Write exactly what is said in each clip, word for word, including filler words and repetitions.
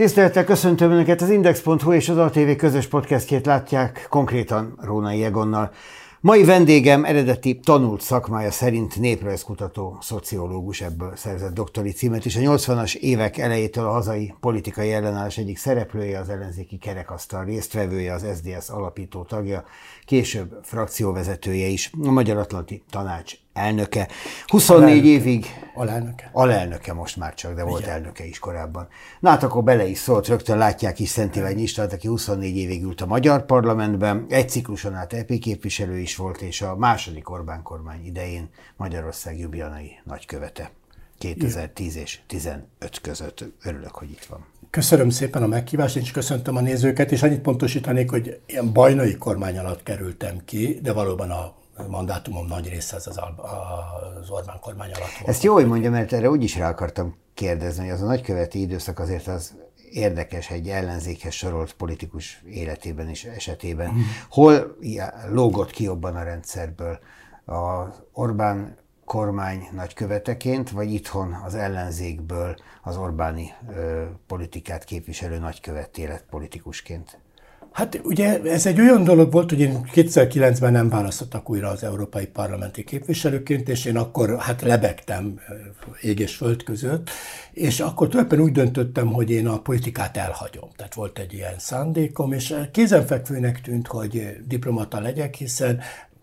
Tisztelettel köszöntöm Önöket, az Index pont hu és az á té vé közös podcastjét látják, konkrétan Rónai Egonnal. Mai vendégem eredeti tanult szakmája szerint néprajzkutató, szociológus, ebből szerzett doktori címet, és a nyolcvanas évek elejétől a hazai politikai ellenállás egyik szereplője, az ellenzéki kerekasztal résztvevője, az es zé dé es alapító tagja, később frakcióvezetője is, a Magyar Atlanti Tanács elnöke. huszonnégy alelnöke. évig... Alelnöke. Alelnöke most már csak, de volt igen. elnöke is korábban. Na hát akkor bele is szólt, rögtön látják is Szent Iványi Istvánt, aki huszonnégy évig ült a Magyar Parlamentben, egy cikluson át é pé képviselő is volt, és a második Orbán kormány idején Magyarország ljubljanai nagykövete kétezer-tíz és tizenöt között. Örülök, hogy itt van. Köszönöm szépen a meghívást, és köszöntöm a nézőket, és annyit pontosítanék, hogy ilyen bajnai kormány alatt kerültem ki, de valóban a mandátumom nagy része az, az, az Orbán kormány alatt volt. Ezt jó, hogy mondja, mert erre úgy is rá akartam kérdezni, hogy az a nagyköveti időszak azért az érdekes egy ellenzékhez sorolt politikus életében és esetében. Mm. Hol lógott ki jobban a rendszerből? Az Orbán kormány nagyköveteként, vagy itthon az ellenzékből az Orbáni ö, politikát képviselő nagykövetté lett politikusként? Hát ugye ez egy olyan dolog volt, hogy én kétezer-kilencben nem választottak újra az európai parlamenti képviselőként, és én akkor hát lebegtem ég és föld között, és akkor tulajdonképpen úgy döntöttem, hogy én a politikát elhagyom. Tehát volt egy ilyen szándékom, és kézenfekvőnek tűnt, hogy diplomata legyek, hiszen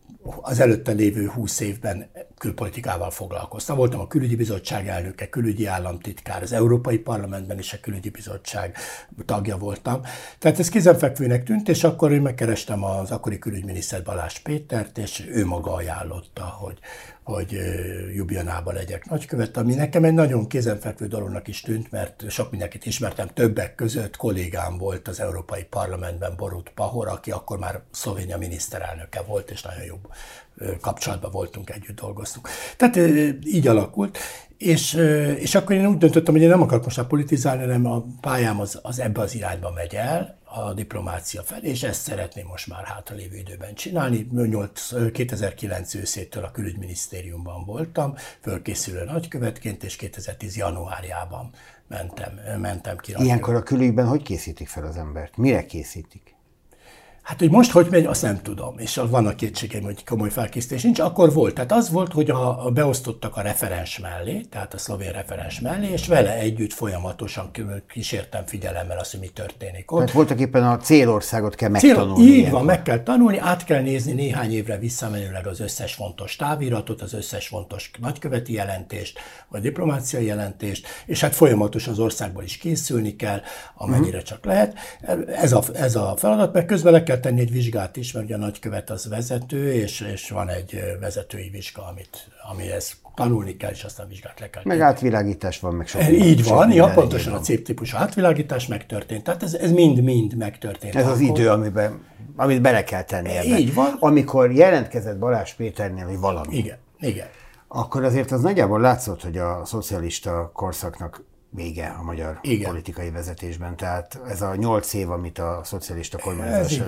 az előtte lévő húsz évben külpolitikával foglalkoztam. Voltam a külügyi bizottság elnöke, külügyi államtitkár, az Európai Parlamentben is a külügyi bizottság tagja voltam. Tehát ez kézenfekvőnek tűnt, és akkor én megkerestem az akkori külügyminiszter Balázs Pétert, és ő maga ajánlotta, hogy, hogy Ljubljanába legyek nagykövet, ami nekem egy nagyon kézenfekvő dolognak is tűnt, mert sok mindenkit ismertem, többek között kollégám volt az Európai Parlamentben, Borut Pahor, aki akkor már Szlovénia miniszterelnöke volt, és nagyon jobb kapcsolatban voltunk, együtt dolgoztunk. Tehát így alakult, és, és akkor én úgy döntöttem, hogy én nem akarok most már politizálni, hanem a pályám az, az ebbe az irányba megy el, a diplomácia felé, és ezt szeretném most már hátralévő időben csinálni. kétezer-kilenc őszétől a külügyminisztériumban voltam, fölkészülő nagykövetként, és kétezer-tíz januárjában mentem, mentem ki. Ilyenkor a külügyben hogy készítik fel az embert? Mire készítik? Hát, hogy most hogy megy, azt nem tudom, és vannak kétségeim, hogy komoly felkészítés nincs. Akkor volt. Tehát az volt, hogy a, a beosztottak a referens mellé, tehát a szlovén referens mellé, és vele együtt folyamatosan kísértem figyelemmel azt, hogy mi történik ott. Tehát voltak éppen a célországot kell megtanulni. Cél, így van, meg kell tanulni, át kell nézni néhány évre visszamenőleg az összes fontos táviratot, az összes fontos nagyköveti jelentést, vagy diplomáciai jelentést, és hát folyamatosan az országból is készülni kell, amennyire uh-huh. csak lehet. Ez a, ez a feladat, mert közben le kell tenni egy vizsgát is, mert ugye a nagykövet az vezető, és, és van egy vezetői vizsga, amit, amihez tanulni kell, és aztán vizsgát le kell tenni. Meg átvilágítás van, meg sok. Így sok van, ja, pontosan a C típusú átvilágítás megtörtént. Tehát ez, ez mind-mind megtörtént. Ez akkor az idő, amiben, amit bele kell tenni ebben. Így van. Amikor jelentkezett Balázs Péternél, hogy valami. Igen, igen. Akkor azért az nagyjából látszott, hogy a szocialista korszaknak vége a magyar igen. politikai vezetésben. Tehát ez a nyolc év, amit a szocialista kormányzás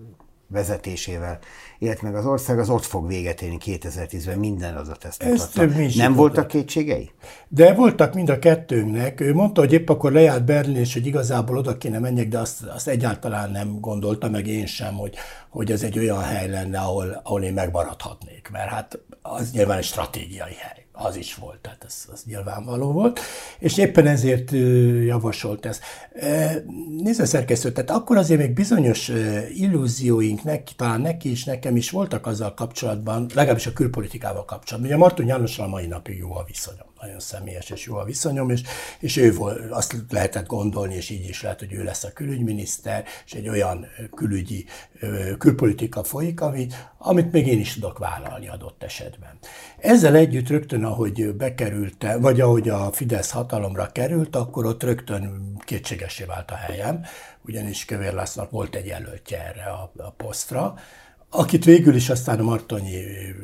vezetésével élt meg az ország, az ott fog véget érni kétezer-tízben, minden adat ezt mutatta. Nem voltak kétségei? De voltak mind a kettőnknek. Ő mondta, hogy épp akkor lejárt Berlin, és hogy igazából oda kéne menjek, de azt, azt egyáltalán nem gondolta, meg én sem, hogy, hogy ez egy olyan hely lenne, ahol, ahol én megmaradhatnék. Mert hát az nyilván egy stratégiai hely. Az is volt, tehát ez, az nyilvánvaló volt, és éppen ezért javasolt ezt. Nézd a szerkesztő, tehát akkor azért még bizonyos illúzióink neki, talán neki is, nekem is voltak azzal kapcsolatban, legalábbis a külpolitikával kapcsolatban. Ugye Marton Jánossal a mai napig jó a viszonyom, nagyon személyes és jó a viszonyom, és, és ő volt, azt lehetett gondolni, és így is lehet, hogy ő lesz a külügyminiszter, és egy olyan külügyi, külpolitika folyik, amit, amit még én is tudok vállalni adott esetben. Ezzel együtt rögtön, ahogy bekerült, vagy ahogy a Fidesz hatalomra került, akkor ott rögtön kétségessé vált a helyem, ugyanis Kövér Lászlónak volt egy jelöltje erre a, a posztra, akit végül is aztán a Martonyi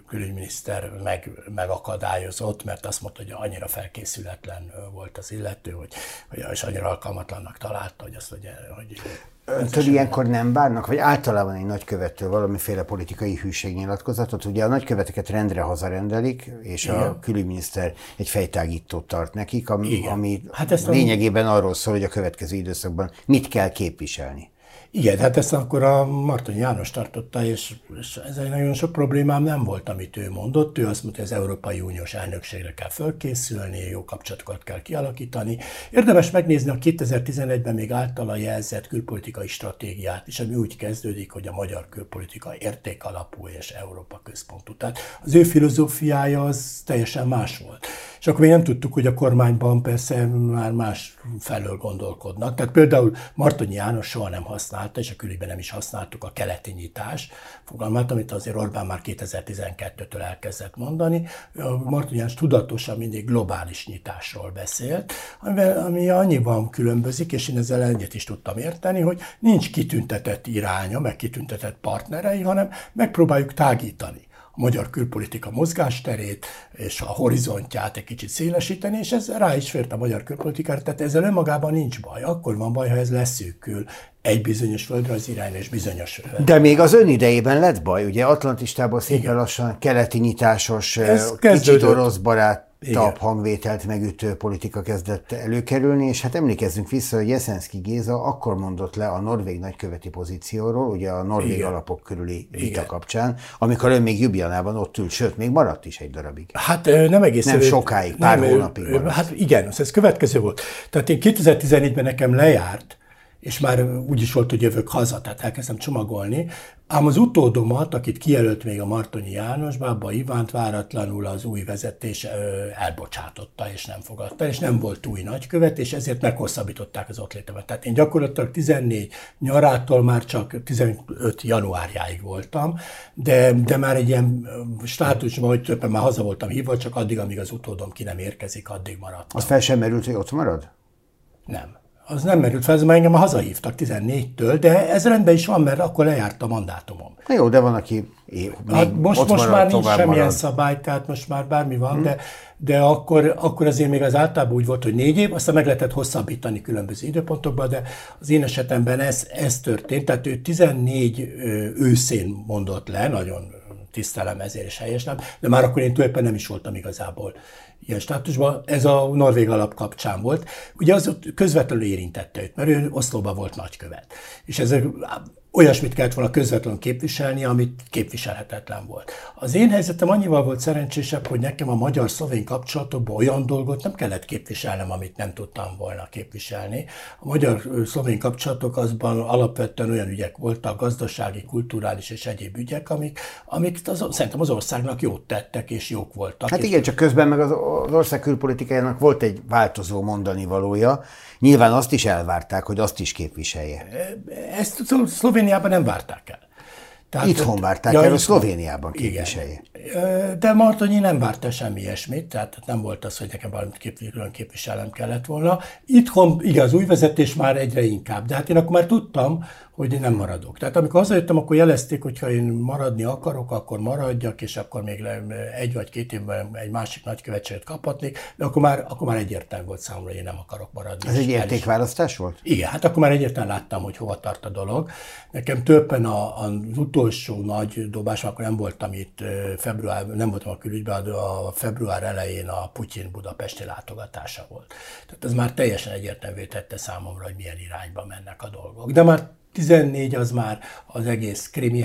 külügyminiszter meg, megakadályozott, mert azt mondta, hogy annyira felkészületlen volt az illető, hogy, hogy és annyira alkalmatlannak találta, hogy azt mondja, hogy... Öntől ilyenkor nem várnak, vagy általában egy nagykövettől valamiféle politikai hűségnyilatkozatot? Ugye a nagyköveteket rendre hazarendelik, és igen. a külügyminiszter egy fejtágítót tart nekik, ami, ami hát lényegében a... arról szól, hogy a következő időszakban mit kell képviselni. Igen, hát ezt akkor a Martonyi János tartotta, és, és ez egy nagyon sok problémám nem volt, amit ő mondott. Ő azt mondta, hogy az Európai Uniós elnökségre kell fölkészülni, jó kapcsolatokat kell kialakítani. Érdemes megnézni a kétezer-tizenegyben még általa jelzett külpolitikai stratégiát is, ami úgy kezdődik, hogy a magyar külpolitika értékalapú és Európa központú. Tehát az ő filozófiája az teljesen más volt. És akkor még nem tudtuk, hogy a kormányban persze már más felől gondolkodnak. Tehát például Martonyi János soha nem használta, és a külügyben nem is használtuk a keleti nyitás fogalmát, amit azért Orbán már kétezer-tizenkettőtől elkezdett mondani. Martonyi János tudatosan mindig globális nyitásról beszélt, ami annyiban különbözik, és én ezzel egyet is tudtam érteni, hogy nincs kitüntetett iránya, meg kitüntetett partnerei, hanem megpróbáljuk tágítani a magyar külpolitika mozgásterét és a horizontját egy kicsit szélesíteni, és ez rá is fért a magyar külpolitikára, tehát ezzel önmagában nincs baj. Akkor van baj, ha ez leszűkül egy bizonyos földrajzi irányra és bizonyos... De még az ön idejében lett baj, ugye Atlantistából szépen lassan keleti nyitásos, kicsit orosz barát, tabb hangvételt megütő politika kezdett előkerülni, és hát emlékezzünk vissza, hogy Jeszenszky Géza akkor mondott le a norvég nagyköveti pozícióról, ugye a norvég igen. alapok körüli vita igen. kapcsán, amikor ön még Ljubljanában ott ült, sőt, még maradt is egy darabig. Hát nem egészen. Nem sokáig, pár nem, hónapig maradt. Hát igen, ez következő volt. Tehát én kétezer-tizennégyben nekem lejárt, és már úgy is volt, hogy jövök haza, tehát elkezdtem csomagolni. Ám az utódomat, akit kijelölt még a Martonyi János, Bába Ivánt váratlanul az új vezetés elbocsátotta, és nem fogadta, és nem volt új nagykövet, és ezért meghosszabbították az ott létemet. Tehát én gyakorlatilag tizennégy nyarától már csak tizenöt januárjáig voltam, de, de már egy ilyen státusban, hogy többen már haza voltam hívva, csak addig, amíg az utódom ki nem érkezik, addig maradtam. Az fel sem merült, hogy ott marad? Nem. Az nem merült fel, mert engem hazahívtak tizennégytől, de ez rendben is van, mert akkor lejárt a mandátumom. Na jó, de van, aki még hát most, ott most marad, már nincs semmilyen marad. szabály, tehát most már bármi van, hmm. de, de akkor, akkor azért még az általában úgy volt, hogy négy év, aztán meg lehetett hosszabbítani különböző időpontokban, de az én esetemben ez, ez történt, tehát ő tizennégy őszén mondott le, nagyon tisztelem ezért is helyeslem, de már akkor én tulajdonképpen nem is voltam igazából ilyen státusban. Ez a norvég alap kapcsán volt. Ugye az ott közvetlenül érintette őt, mert ő Oszlóban volt nagykövet. És ez olyasmit kellett volna közvetlenül képviselni, amit képviselhetetlen volt. Az én helyzetem annyival volt szerencsésebb, hogy nekem a magyar-szlovén kapcsolatokban olyan dolgot nem kellett képviselnem, amit nem tudtam volna képviselni. A magyar-szlovén kapcsolatok azban alapvetően olyan ügyek voltak, gazdasági, kulturális és egyéb ügyek, amik, amik az, szerintem az országnak jót tettek és jók voltak. Hát igen, csak közben meg az, az ország külpolitikájának volt egy változó mondani valója. Nyilván azt is elvárták, hogy azt is képviselje. Ezt Szlovéniában nem várták el. Tehát itthon ott, várták ja, el, hogy Szlovéniában képviselje. Igen. De Martonyi nem várta semmi ilyesmit, tehát nem volt az, hogy nekem valamit külön képviselem kellett volna. Itthon, igaz, új vezetés már egyre inkább, de hát én akkor már tudtam, hogy én nem maradok. Tehát amikor hazajöttem, akkor jelezték, hogy ha én maradni akarok, akkor maradjak, és akkor még egy vagy két évben egy másik nagykövetséget kaphatnék, de akkor már, akkor már egyértelmű volt számomra, hogy én nem akarok maradni. Ez egy értékválasztás volt? Igen, hát akkor már egyértelműen láttam, hogy hova tart a dolog. Nekem többen a, az utolsó nagy dobás, akkor nem voltam itt február, nem voltam a külügyben, a február elején a Putyin budapesti látogatása volt. Tehát ez már teljesen egyértelművé tette számomra, hogy milyen irányba mennek a dolgok. De már tizennégy az már az egész krimi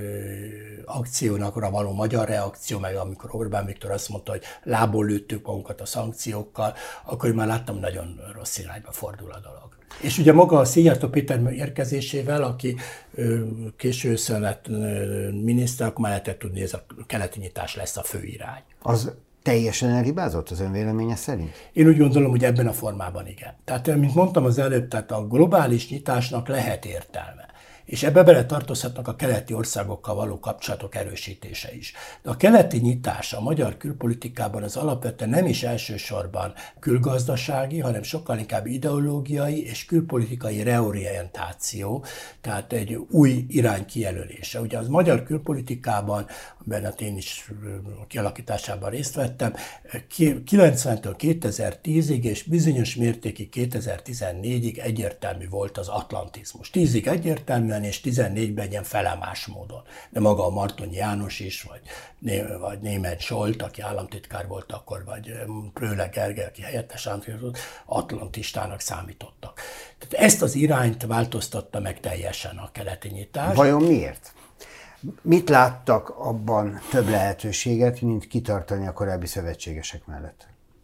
akciónak való magyar reakció, meg amikor Orbán Viktor azt mondta, hogy lából lőttük magunkat a szankciókkal, akkor már láttam, nagyon rossz irányba fordul a dolog. És ugye maga a Szijjártó Péter érkezésével, aki késő ősszel lett miniszter, akkor már lehetett tudni, hogy ez a keleti nyitás lesz a fő irány. Az teljesen elhibázott az ön véleménye szerint? Én úgy gondolom, hogy ebben a formában igen. Tehát, mint mondtam az előbb, tehát a globális nyitásnak lehet értelme. És ebbe bele tartozhatnak a keleti országokkal való kapcsolatok erősítése is. De a keleti nyitás a magyar külpolitikában az alapvetően nem is elsősorban külgazdasági, hanem sokkal inkább ideológiai és külpolitikai reorientáció, tehát egy új irány kijelölése. Ugye az magyar külpolitikában a amiben én is kialakításában részt vettem, kilencventől kétezer-tízig és bizonyos mértékig kétezer-tizennégyig egyértelmű volt az atlantizmus. tízig egyértelműen, és tizennégyben egy ilyen felemás módon. De maga a Martonyi János is, vagy, vagy Németh Zsolt, aki államtitkár volt akkor, vagy Pröhle Gergely, aki helyettes államtitkár volt, atlantistának számítottak. Tehát ezt az irányt változtatta meg teljesen a keleti nyitás. Vajon miért? Mit láttak abban több lehetőséget, mint kitartani a korábbi szövetségesek mellett?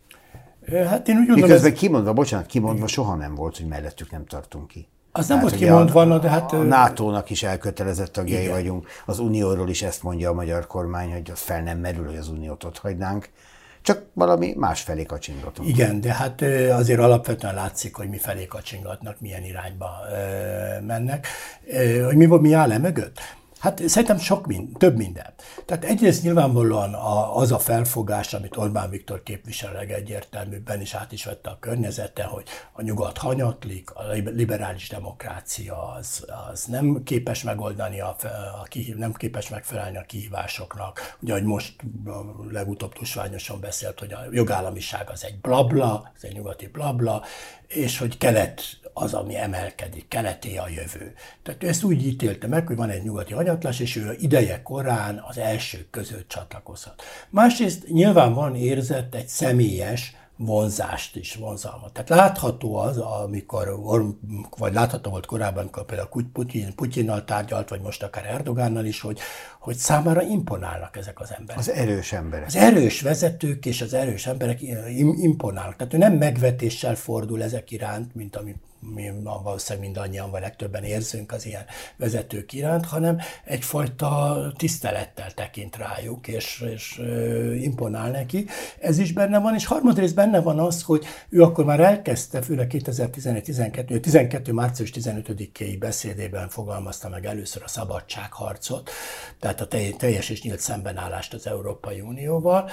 Hát én úgy gondolom, miközben ez... kimondva, bocsánat, kimondva soha nem volt, hogy mellettük nem tartunk ki. Az nem volt kimondva, de hát... A nátónak is elkötelezett tagjai igen. vagyunk, az Unióról is ezt mondja a magyar kormány, hogy az fel nem merül, hogy az Uniót ott hagynánk. Csak valami másfelé kacsingatunk. Igen, de hát azért alapvetően látszik, hogy mi felé kacsingatnak, milyen irányba mennek. Hogy mi, mi áll e mögött? Hát szerintem sok mind, több minden. Tehát egyrészt nyilvánvalóan az a felfogás, amit Orbán Viktor képvisel legegyértelműbben is át is vette a környezete, hogy a nyugat hanyatlik, a liberális demokrácia az, az nem képes megoldani, a, a kihív, nem képes megfelelni a kihívásoknak. Ugye, hogy most legutóbb tusványosan beszélt, hogy a jogállamiság az egy blabla, az egy nyugati blabla, és hogy kelet az, ami emelkedik, keleté a jövő. Tehát ő ezt úgy ítélte meg, hogy van egy nyugati hanyatlás, és ő ideje korán az elsők között csatlakozhat. Másrészt nyilván van érzett egy személyes vonzást is, vonzalmat. Tehát látható az, amikor, vagy látható volt korábban, amikor például Putyin, Putyinnal tárgyalt, vagy most akár Erdogánnal is, hogy, hogy számára imponálnak ezek az emberek. Az erős emberek. Az erős vezetők és az erős emberek imponálnak. Tehát ő nem megvetéssel fordul ezek iránt, mint amit mi valószínűleg mindannyian, vagy legtöbben érzünk az ilyen vezetők iránt, hanem egyfajta tisztelettel tekint rájuk, és, és imponál neki. Ez is benne van, és harmadrészt benne van az, hogy ő akkor már elkezdte, főleg kétezer-tizenegy-tizenkettő, tizenkettő március tizenötödikéi beszédében fogalmazta meg először a szabadságharcot, tehát a teljes és nyílt szembenállást az Európai Unióval,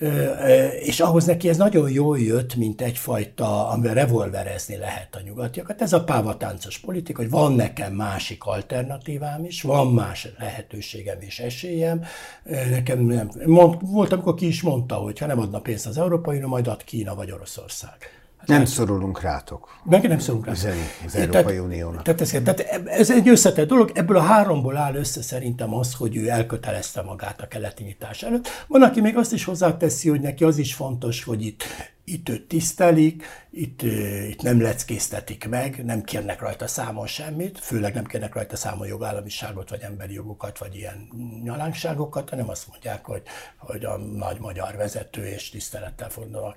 és ahhoz neki ez nagyon jól jött, mint egyfajta, amivel revolverezni lehet a nyugat. Ez a pávatáncos politika, hogy van nekem másik alternatívám is, van más lehetőségem és esélyem. Nekem nem, mond, volt, amikor ki is mondta, hogy ha nem adna pénzt az Európai Unió, majd ad Kína vagy Oroszország. Hát nem szorulunk rátok. Meg nem szorulunk rátok. Az Európai Uniónak. Tehát ez, tehát ez egy összetett dolog, ebből a háromból áll össze szerintem az, hogy ő elkötelezte magát a keleti nyitás előtt. Van, aki még azt is hozzáteszi, hogy neki az is fontos, hogy itt Itt őt tisztelik, itt, itt nem leckéztetik meg, nem kérnek rajta számon semmit, főleg nem kérnek rajta számon jogállamiságot, vagy emberi jogokat, vagy ilyen nyalánkságokat, hanem azt mondják, hogy, hogy a nagy magyar vezető és tisztelettel fordulnak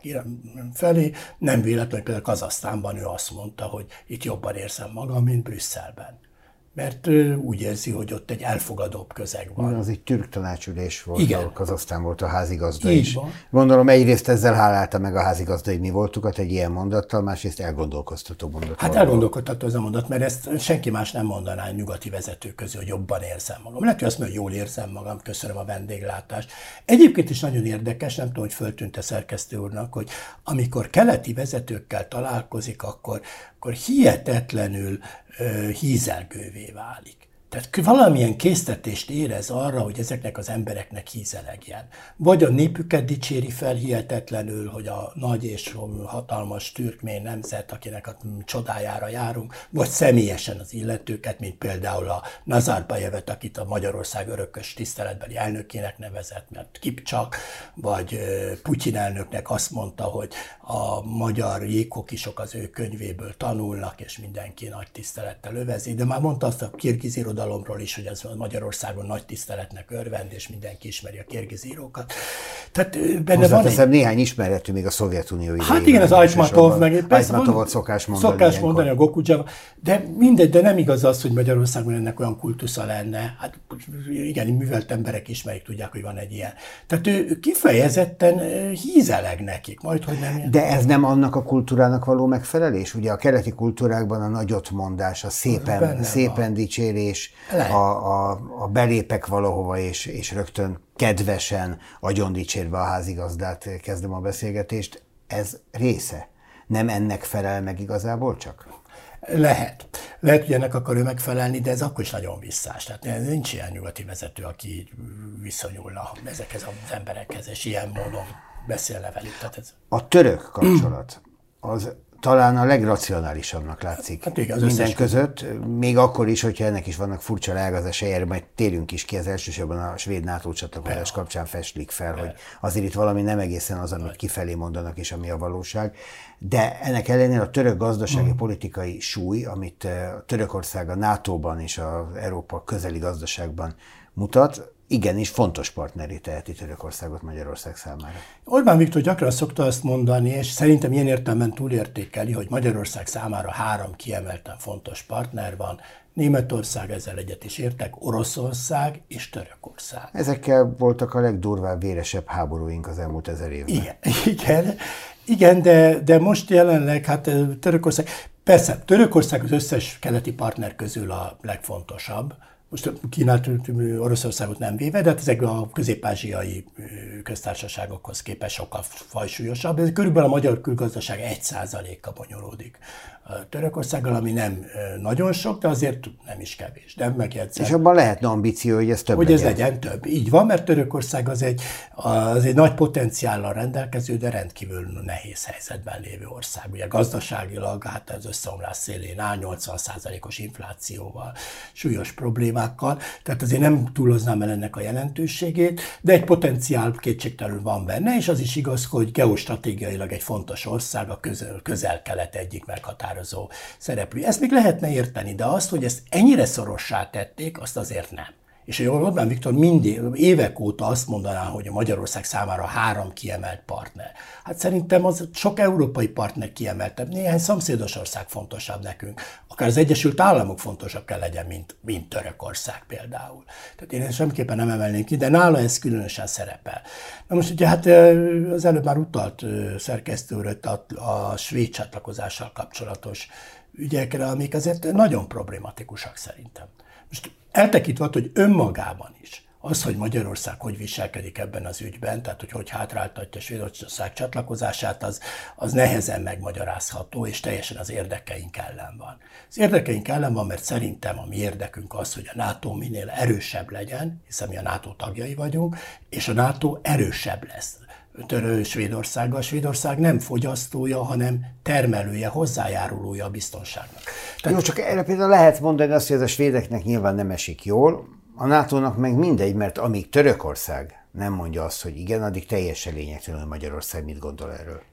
felé. Nem véletlenül például Kazahsztánban ő azt mondta, hogy itt jobban érzem magam, mint Brüsszelben. Mert úgy érzi, hogy ott egy elfogadóbb közeg van. Az egy türk tanácsülés volt, igen. ahol Kazahsztán volt a házigazda Így is. van. Gondolom egyrészt ezzel hálálta meg a házigazdai mi voltukat egy ilyen mondattal, másrészt elgondolkoztató mondat. Hát elgondolkodtató ez a mondat, mert ezt senki más nem mondaná a nyugati vezetők közül, hogy jobban érzem magam. Lehet, hogy azt mondja, hogy jól érzem magam, köszönöm a vendéglátást. Egyébként is nagyon érdekes, nem tudom, hogy föltűnt a szerkesztő úrnak, hogy amikor keleti vezetőkkel találkozik, akkor, akkor hihetetlenül uh, hízelgővé válik. Tehát valamilyen késztetést érez arra, hogy ezeknek az embereknek hízelegjen. Vagy a népüket dicséri fel hihetetlenül, hogy a nagy és hatalmas türkmén nemzet, akinek a csodájára járunk, vagy személyesen az illetőket, mint például a Nazarbayevet, akit a Magyarország örökös tiszteletbeli elnökének nevezett, mert Kipcsak, vagy Putyin elnöknek azt mondta, hogy a magyar jéghokisok az ő könyvéből tanulnak, és mindenki nagy tisztelettel övezi, de már mondta azt a kirgiz irodalomról is, hogy az Magyarországon nagy tiszteletnek örvend, és mindenki ismeri a kirgiz írókat. Tehát benne van egy... néhány ismeretű még a Szovjetunió idejében. Hát igen, az Ajtmatov, meg Ajtmatovot szokás mondani. Szokás mondani, a Gokudzsava, de mindegy, de nem igaz az, hogy Magyarországon ennek olyan kultusza lenne. Hát igen, művelt emberek ismerik, tudják, hogy van egy ilyen. Tehát ő kifejezetten hízeleg nekik, majd hogy nem ilyen. De ez nem annak a kultúrának való megfelelés? Ugye a keleti kultúrákban a nagyottmondás, a szépen, szépen dicsérés, a, a, a belépek valahova, és, és rögtön kedvesen, agyon dicsérve a házigazdát kezdem a beszélgetést, ez része. Nem ennek felel meg igazából csak? Lehet. Lehet, hogy ennek akar ő megfelelni, de ez akkor is nagyon visszás. Tehát nincs ilyen nyugati vezető, aki így viszonyulna ezekhez az emberekhez, és ilyen módon beszélne velük. Tehát ez... A török kapcsolat az talán a legracionálisabbnak látszik hát igen, minden között, még akkor is, hogyha ennek is vannak furcsa leágazásai, erre majd térünk is ki, az elsősorban a svéd NATO csatlakozás kapcsán festlik fel, hogy azért itt valami nem egészen az, amit kifelé mondanak, és ami a valóság. De ennek ellenére a török gazdasági politikai súly, amit a Törökország a nátóban és az Európa közeli gazdaságban mutat, igenis fontos partneré teheti Törökországot Magyarország számára. Orbán Viktor gyakran szokta azt mondani, és szerintem ilyen értelemben túlértékeli, hogy Magyarország számára három kiemelten fontos partner van. Németország, ezzel egyet is értek, Oroszország és Törökország. Ezekkel voltak a legdurvább, véresebb háborúink az elmúlt ezer évben. Igen, igen, igen de, de most jelenleg hát Törökország, persze Törökország az összes keleti partner közül a legfontosabb, most Kínát, Oroszországot nem véve, de hát ezek a közép-ázsiai köztársaságokhoz képest sokkal fajsúlyosabb. Ez körülbelül a magyar külgazdaság egy százaléka bonyolódik Törökországgal, ami nem nagyon sok, de azért nem is kevés. De megjegyzem. És abban lehetne ambíció, hogy ez több Hogy legyen. ez legyen több. Így van, mert Törökország az egy, az egy nagy potenciállal rendelkező, de rendkívül nehéz helyzetben lévő ország. Ugye gazdaságilag hát az összeomlás szélén áll, nyolcvan százalékos inflációval, súlyos problémákkal, tehát azért nem túloznám el ennek a jelentőségét, de egy potenciál kétségtelenül van benne, és az is igaz, hogy geostratégiailag egy fontos ország, a közel, közel-kelet egyik meghatározó szereplő. Ezt még lehetne érteni, de azt, hogy ezt ennyire szorossá tették, azt azért nem. És hogy Orbán Viktor mindig, évek óta azt mondaná, hogy a Magyarország számára három kiemelt partner. Hát szerintem az sok európai partner kiemeltebb, néhány szomszédos ország fontosabb nekünk. Akár az Egyesült Államok fontosabb kell legyen, mint, mint Törökország például. Tehát én ezt semmiképpen nem emelném ki, de nála ez különösen szerepel. Na most ugye hát az előbb már utalt szerkesztő úr a, a svéd csatlakozással kapcsolatos ügyekre, amik azért nagyon problematikusak szerintem. Most eltekintve, hogy önmagában is az, hogy Magyarország hogy viselkedik ebben az ügyben, tehát hogy hogy hátráltatja Svédország csatlakozását, az, az nehezen megmagyarázható, és teljesen az érdekeink ellen van. Az érdekeink ellen van, mert szerintem a mi érdekünk az, hogy a NATO minél erősebb legyen, hiszen mi a NATO tagjai vagyunk, és a NATO erősebb lesz. Törő Svédországgal. Svédország nem fogyasztója, hanem termelője, hozzájárulója a biztonságnak. Tehát... Jó, csak erre például lehet mondani azt, hogy ez a svédeknek nyilván nem esik jól, a nátónak meg mindegy, mert amíg Törökország nem mondja azt, hogy igen, addig teljesen lényegtelen, hogy Magyarország mit gondol erről.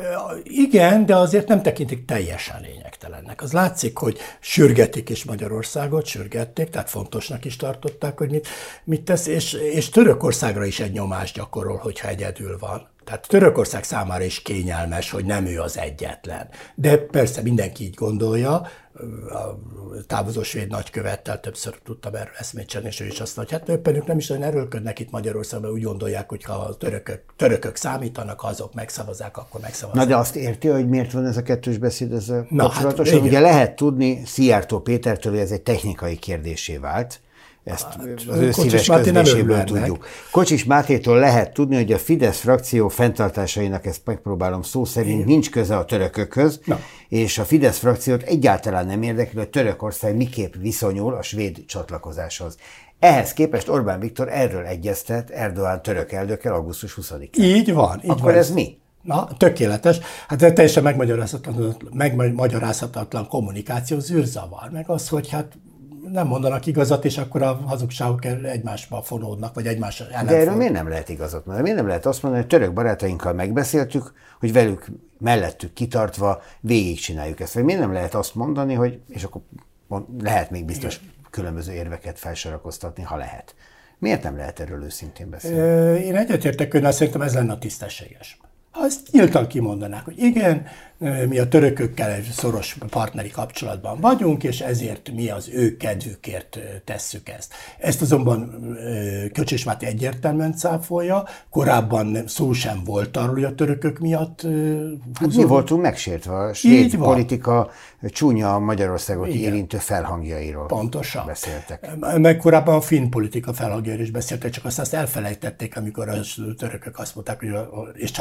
Igen, de azért nem tekintik teljesen lényegtelennek. Az látszik, hogy sürgetik is Magyarországot, sürgették, tehát fontosnak is tartották, hogy mit, mit tesz, és, és Törökországra is egy nyomást gyakorol, hogyha egyedül van. Tehát Törökország számára is kényelmes, hogy nem ő az egyetlen. De persze mindenki így gondolja, a távozó svéd nagykövettel többször tudtam erről eszmét csinálni, és ő is azt mondja, hát éppen ők nem is olyan erőlködnek itt Magyarországon, úgy gondolják, hogy ha a törökök, törökök számítanak, ha azok megszavazzák, akkor megszavazzák. Na de azt érti, hogy miért van ez a kettős beszéd ezzel Na, kapcsolatosan? Hát, ugye lehet tudni Szijjártó Pétertől, hogy ez egy technikai kérdésé vált. Ezt hát, az ő szíves közléséből tudjuk. Kocsis Mátétól lehet tudni, hogy a Fidesz frakció fenntartásainak, ezt megpróbálom szó szerint, én. nincs köze a törökökhöz, Na. és a Fidesz frakciót egyáltalán nem érdekli, hogy Törökország miképp viszonyul a svéd csatlakozáshoz. Ehhez képest Orbán Viktor erről egyeztet Erdoğan török elnökkel augusztus huszadikán. Így van. Így Akkor van. ez mi? Na, tökéletes. Hát ez teljesen megmagyarázhatatlan, megmagyarázhatatlan kommunikáció, zűrzavar. Meg az, hogy hát nem mondanak igazat, és akkor a hazugságok egymásba fonódnak, vagy egymás ellen. De erről miért nem lehet igazat mondani? Miért nem lehet azt mondani, hogy török barátainkkal megbeszéltük, hogy velük mellettük kitartva végigcsináljuk ezt? Vagy miért nem lehet azt mondani, hogy, és akkor lehet még biztos Igen. különböző érveket felsorakoztatni, ha lehet. Miért nem lehet erről őszintén beszélni? Én egyetértek önnel, szerintem ez lenne a tisztességes. Azt nyíltan kimondanák, hogy igen, mi a törökökkel egy szoros partneri kapcsolatban vagyunk, és ezért mi az ő kedvükért tesszük ezt. Ezt azonban Kocsis Máté egyértelműen cáfolja, korábban szó sem volt arról, hogy a törökök miatt húzódunk. Hát mi voltunk megsértve a svéd politika csúnya Magyarországot Igen. érintő felhangjairól. Pontosan. Beszéltek. Meg korábban a finn politika felhangjairól is beszéltek, csak azt, azt elfelejtették, amikor a törökök azt mondták, hogy és, és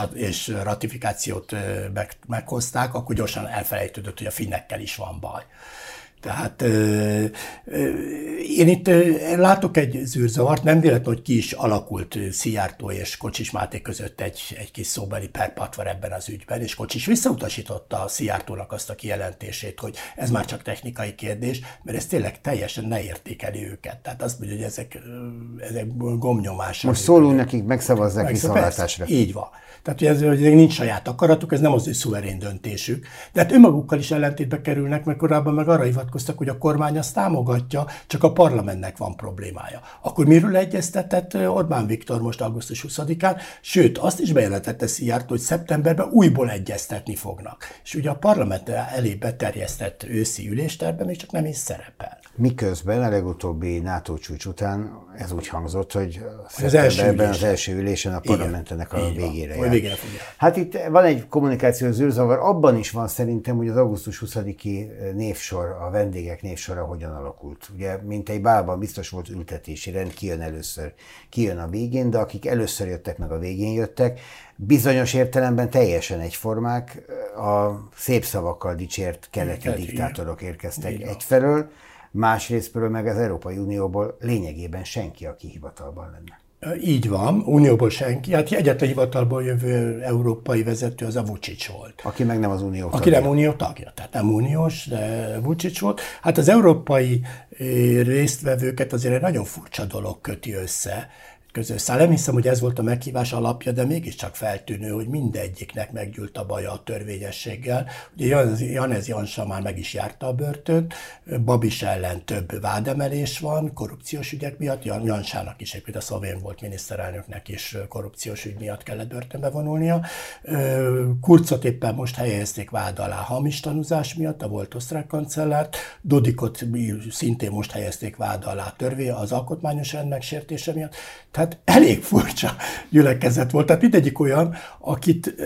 és ratifikációt meg, meghozták, akkor gyorsan elfelejtődött, hogy a finnekkel is van baj. Tehát euh, euh, én itt euh, látok egy zűrzavart, nem véletlen, hogy ki is alakult Szijjártó és Kocsis Máté között egy, egy kis szóbeli perpatvar ebben az ügyben, és Kocsis visszautasította a Szijjártónak azt a kijelentését, hogy ez már csak technikai kérdés, mert ez tényleg teljesen ne értékeli őket. Tehát azt mondja, hogy ezek, ezek gomnyomásra. Most szólunk nekik, megszavazzák viszontlátásra. Így van. Tehát, hogy ez hogy nincs saját akaratuk, ez nem az ő szuverén döntésük. De hát önmagukkal is ellentétbe kerülnek, mert korábban meg arra hivatkoztak, hogy a kormány azt támogatja, csak a parlamentnek van problémája. Akkor miről egyeztetett Orbán Viktor most augusztus huszadikán? Sőt, azt is bejelentette Szijjártó, hogy szeptemberben újból egyeztetni fognak. És ugye a parlament elé beterjesztett őszi ülésterben még csak nem is szerepel. Miközben a legutóbbi NATO csúcs után ez úgy hangzott, hogy az első ülésen. az első ülésen a parlamentenek a így végére van, jár. végére Hát itt van egy kommunikációs zűrzavar, abban is van szerintem, hogy az augusztus huszadiki névsor, a vendégek névsora hogyan alakult. Ugye, mint egy bálban biztos volt ültetési rend, ki jön először, ki jön a végén, de akik először jöttek, meg a végén jöttek, bizonyos értelemben teljesen egyformák, a szép szavakkal dicsért keleti hát, diktátorok érkeztek igen. egyfelől, másrésztről meg az Európai Unióból lényegében senki, aki hivatalban lenne. Így van, Unióból senki. Hát egyetlen hivatalból jövő európai vezető az a Vučić volt. Aki meg nem az Unió tagja. Aki nem Unió tagja, tehát nem uniós, de Vučić volt. Hát az európai résztvevőket azért egy nagyon furcsa dolog köti össze. Közösszál. Nem hiszem, hogy ez volt a meghívás alapja, de mégiscsak feltűnő, hogy mindegyiknek meggyűlt a baja a törvényességgel. Ugye Janez Jansa már meg is járta a börtönt, Babis ellen több vádemelés van, korrupciós ügyek miatt, Jansának is, egyébként a szlovén volt miniszterelnöknek is korrupciós ügy miatt kellett börtönbe vonulnia. Kurzot éppen most helyezték vád alá hamis tanúzás miatt, a volt osztrák kancellárt, Dodikot szintén most helyezték vád alá törvény az alkotmányos rend megsértése miatt. Tehát elég furcsa gyülekezet volt. Tehát mindegyik olyan, akit,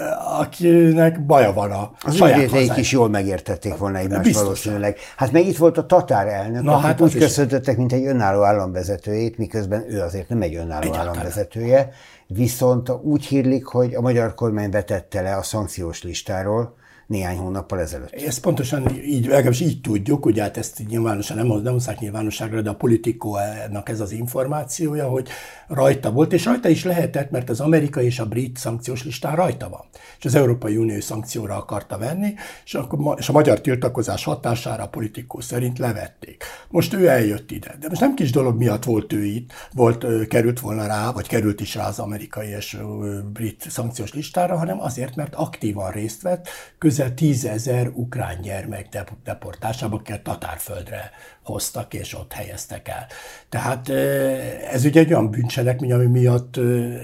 akinek baja van a az saját ügyvédeik is jól megértették volna egymást valószínűleg. Hát meg itt volt a tatár elnök, Na, akit hát úgy köszöntöttek, mint egy önálló államvezetőjét, miközben ő azért nem egy önálló Egyáltalán. államvezetője, viszont úgy hírlik, hogy a magyar kormány vetette le a szankciós listáról néhány hónappal ezelőtt. Ezt pontosan így, legalábbis így tudjuk, ugye hát ezt nyilvánosan nem, nem hozzák nyilvánosságra, de a Politico-nak ez az információja, hogy rajta volt, és rajta is lehetett, mert az amerikai és a brit szankciós listán rajta van. És az Európai Unió szankcióra akarta venni, és, akkor, és a magyar tiltakozás hatására a Politico szerint levették. Most ő eljött ide. De most nem kis dolog miatt volt ő itt, volt, került volna rá, vagy került is rá az amerikai és brit szankciós listára, hanem azért, mert aktívan részt vett, közel tízezer ukrán gyermek deportásában, akiket Tatárföldre hoztak, és ott helyeztek el. Tehát ez ugye egy olyan bűncselekmény, ami miatt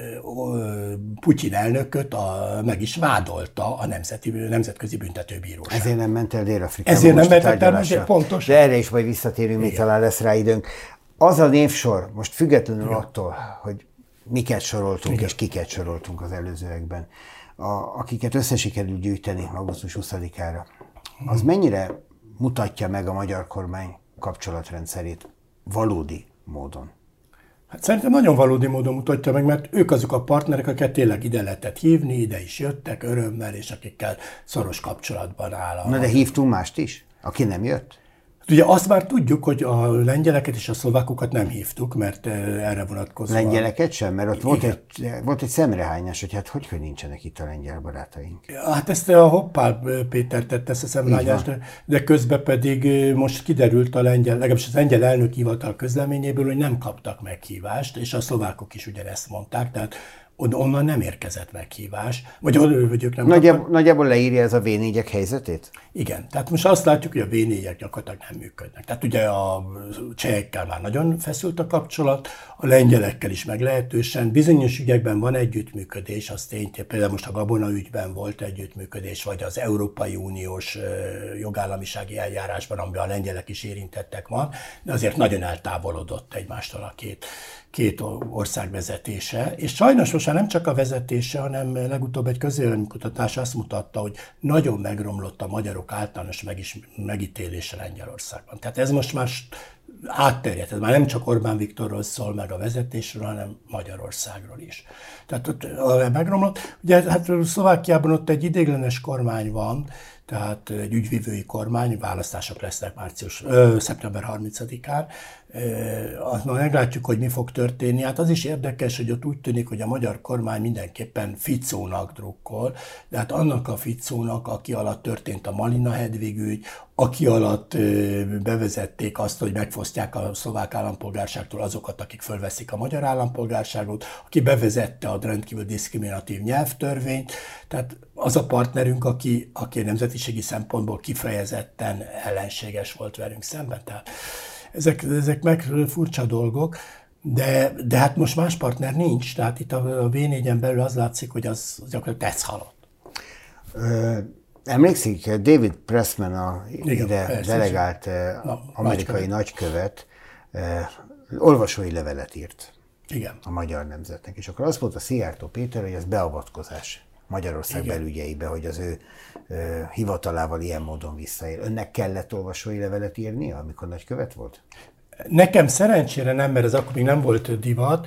Putyin elnököt a, meg is vádolta a Nemzeti, Nemzetközi Büntetőbíróság. Ezért nem ment el Dél-Afrikába. Ezért nem ment el, ezért pontos. De erre is majd visszatérünk, még talán lesz rá időnk. Az a névsor, most függetlenül Igen. attól, hogy miket soroltunk Igen. és kiket soroltunk az előzőekben, A, akiket össze sikerült gyűjteni augusztus huszadikára, az mennyire mutatja meg a magyar kormány kapcsolatrendszerét valódi módon? Hát szerintem nagyon valódi módon mutatja meg, mert ők azok a partnerek, akiket tényleg ide lehetett hívni, ide is jöttek örömmel, és akikkel szoros kapcsolatban áll. Na de hívtunk mást is, aki nem jött? Ugye azt már tudjuk, hogy a lengyeleket és a szlovákokat nem hívtuk, mert erre vonatkozóan... Lengyeleket sem? Mert ott volt egy, volt egy szemrehányás, hogy hát hogy, hogy nincsenek itt a lengyel barátaink. Hát ezt a Hoppál Péter tette ezt a szemrehányást, de, de közben pedig most kiderült a lengyel, legalábbis az lengyel elnök hivatal közleményéből, hogy nem kaptak meghívást, és a szlovákok is ugyanezt mondták, tehát onnan nem érkezett meghívás, vagy, vagy ők nem Nagyjából, kaptak. Nagyjából leírja ez a vé négyek helyzetét? Igen, tehát most azt látjuk, hogy a vé négyek gyakorlatilag nem működnek. Tehát ugye a csehekkel már nagyon feszült a kapcsolat, a lengyelekkel is meglehetősen. Bizonyos ügyekben van együttműködés, az tény, például most a Gabona ügyben volt együttműködés, vagy az Európai Uniós jogállamisági eljárásban, amiben a lengyelek is érintettek van, de azért nagyon eltávolodott egymástól a két két ország vezetése, és sajnos most nem csak a vezetése, hanem legutóbb egy közvéleménykutatás azt mutatta, hogy nagyon megromlott a magyarok általános megis, megítélése Lengyelországban. Tehát ez most már átterjedt. Ez már nem csak Orbán Viktorról szól, meg a vezetésről, hanem Magyarországról is. Tehát ott megromlott. Ugye hát Szlovákiában ott egy ideiglenes kormány van, tehát egy ügyvivői kormány, választások lesznek március, ö, szeptember harmincadikán. Azt már meglátjuk, hogy mi fog történni. Hát az is érdekes, hogy ott úgy tűnik, hogy a magyar kormány mindenképpen Ficónak drukkol, de hát annak a Ficónak, aki alatt történt a Malina Hedvig ügy, aki alatt bevezették azt, hogy megfosztják a szlovák állampolgárságtól azokat, akik fölveszik a magyar állampolgárságot, aki bevezette a rendkívül diszkriminatív nyelvtörvényt. Tehát az a partnerünk, aki, aki nemzetiségi szempontból kifejezetten ellenséges volt velünk szemben. Tehát ezek, ezek meg furcsa dolgok, de, de hát most más partner nincs. Tehát itt a vé négyen belül az látszik, hogy az, az gyakorlatilag tesz halott. Emlékszik, David Pressman, a Igen, ide persze, delegált Na, amerikai nagykövet, eh, olvasói levelet írt Igen. a magyar nemzetnek. És akkor azt mondta Szijjártó Péter, hogy ez beavatkozás Magyarország Igen. belügyeibe, hogy az ő eh, hivatalával ilyen módon visszaél. Önnek kellett olvasói levelet írnia, amikor nagykövet volt? Nekem szerencsére nem, mert ez akkor még nem volt divat,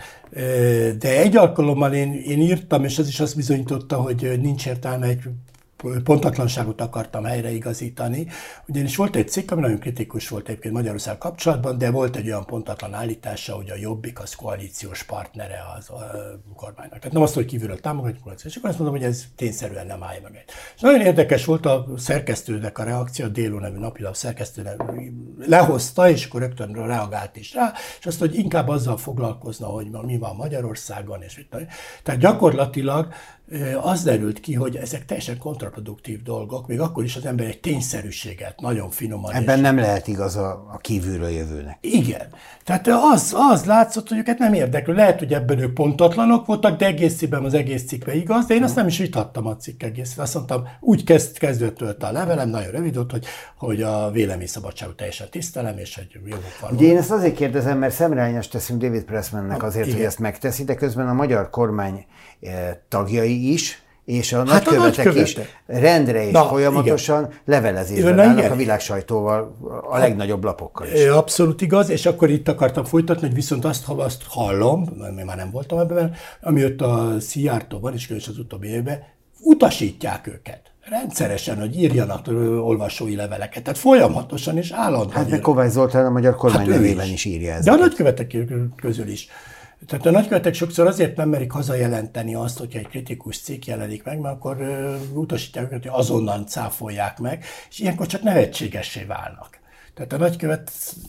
de egy alkalommal én, én írtam, és ez is azt bizonyította, hogy nincs értelme, egy pontatlanságot akartam helyreigazítani. Ugyanis volt egy cikk, ami nagyon kritikus volt egyébként Magyarország kapcsolatban, de volt egy olyan pontatlan állítása, hogy a Jobbik az koalíciós partnere az a kormánynak. Tehát nem azt, hogy kívülről támogatjuk, és akkor azt mondom, hogy ez tényszerűen nem állja meg. És nagyon érdekes volt a szerkesztőnek a reakció, a Déló nevű napilap szerkesztőnek lehozta, és akkor rögtön reagált is rá, és azt, hogy inkább azzal foglalkozna, hogy mi van Magyarországon, és mit. Tehát gyakorlatilag az derült ki, hogy ezek teljesen kontraproduktív dolgok, még akkor is az ember egy tényszerűséget nagyon finoman. Ebben és... nem lehet igaz a, a kívülről jövőnek. Igen. Tehát az, az látszott, hogy őket nem érdekel. Lehet, hogy ebben ők pontatlanok voltak, de egészében az egész cikkbe igaz, de én azt nem is vitattam a cikk egészét. Azt mondtam, úgy kezd, kezdődött a levelem, nagyon rövid volt, hogy, hogy a véleményszabadságot teljesen tisztelem, és egy jogok van. Ugye én ezt azért kérdezem, mert szemrehányást teszünk David Pressmannek azért, igen, hogy ezt megteszi, de közben a magyar kormány tagjai is, és a hát nagykövetek a is rendre és Na, folyamatosan igen. levelezésben állnak igen. a világsajtóval, a legnagyobb lapokkal is. Abszolút igaz, és akkor itt akartam folytatni, hogy viszont azt, azt hallom, mert már nem voltam ebben, ami ott a Szijjártóban, és különösen az utóbbi évben, utasítják őket rendszeresen, hogy írjanak olvasói leveleket. Tehát folyamatosan és állandóan. Hát meg Kovács Zoltán a magyar kormány hát nevében is. is írja ezeket. De a nagykövetek közül is. Tehát a nagykövetek sokszor azért nem merik hazajelenteni azt, hogyha egy kritikus cikk jelenik meg, mert akkor uh, utasítják őket, hogy azonnal cáfolják meg, és ilyenkor csak nevetségessé válnak. Tehát a nagykövet,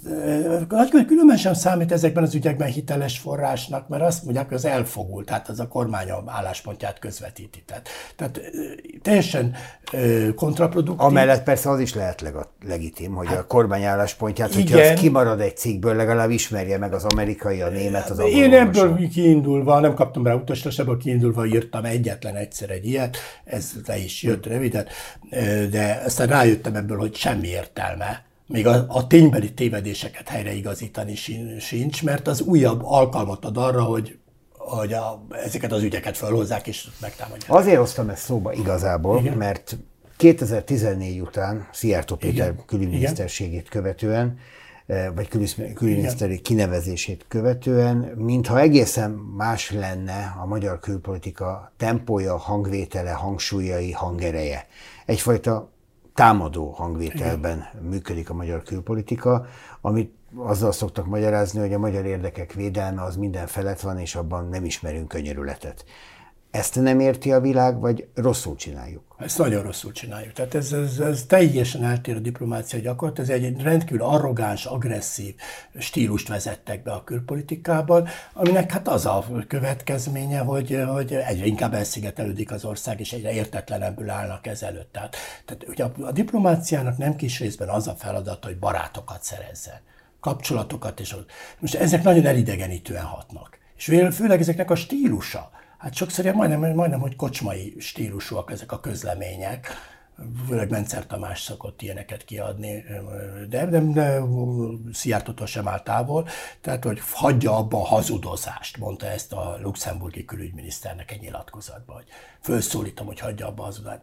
a nagykövet különben sem számít ezekben az ügyekben hiteles forrásnak, mert azt mondják, hogy az elfogult, tehát az a kormány álláspontját közvetíti. Tehát, tehát teljesen kontraproduktív. Amellett persze az is lehet leg, legitim, hogy hát, a kormány álláspontját, hogyha az kimarad egy cikkből, legalább ismerje meg az amerikai, a német, az angol. Én ebből kiindulva, nem kaptam rá utasítást, ebből kiindulva írtam egyetlen egyszer egy ilyet, ez le is jött röviden, de aztán rájöttem ebből, hogy semmi értelme. Még a, a ténybeli tévedéseket helyreigazítani sincs, mert az újabb alkalmat ad arra, hogy, hogy a, ezeket az ügyeket felhozzák és megtámadják. Azért hoztam ezt szóba igazából, igen, mert kétezer-tizennégy után Szijjártó Péter külügyminiszterségét követően, vagy külügyminiszteri kinevezését követően, mintha egészen más lenne a magyar külpolitika tempója, hangvétele, hangsúlyai, hangereje. Egyfajta támadó hangvételben igen. működik a magyar külpolitika, amit azzal szoktak magyarázni, hogy a magyar érdekek védelme az minden felett van, és abban nem ismerünk könyörületet. Ezt nem érti a világ, vagy rosszul csináljuk? Ezt nagyon rosszul csináljuk. Tehát ez, ez, ez teljesen eltér a diplomácia gyakorlat. Ez egy rendkívül arrogáns, agresszív stílust vezettek be a külpolitikában, aminek hát az a következménye, hogy, hogy egyre inkább elszigetelődik az ország, és egyre értetlenebbül állnak ezelőtt. Tehát, tehát ugye a, a diplomáciának nem kis részben az a feladat, hogy barátokat szerezzen, kapcsolatokat, és most ezek nagyon elidegenítően hatnak. És főleg ezeknek a stílusa. Hát sokszor majdnem, majdnem, hogy kocsmai stílusúak ezek a közlemények, főleg Mencer Tamás szokott ilyeneket kiadni, de, de, de Szijjártótól sem áll távol, tehát hogy hagyja abba a hazudozást, mondta ezt a luxemburgi külügyminiszternek egy nyilatkozatban, hogy felszólítom, hogy hagyja abba a hazudozást. Tehát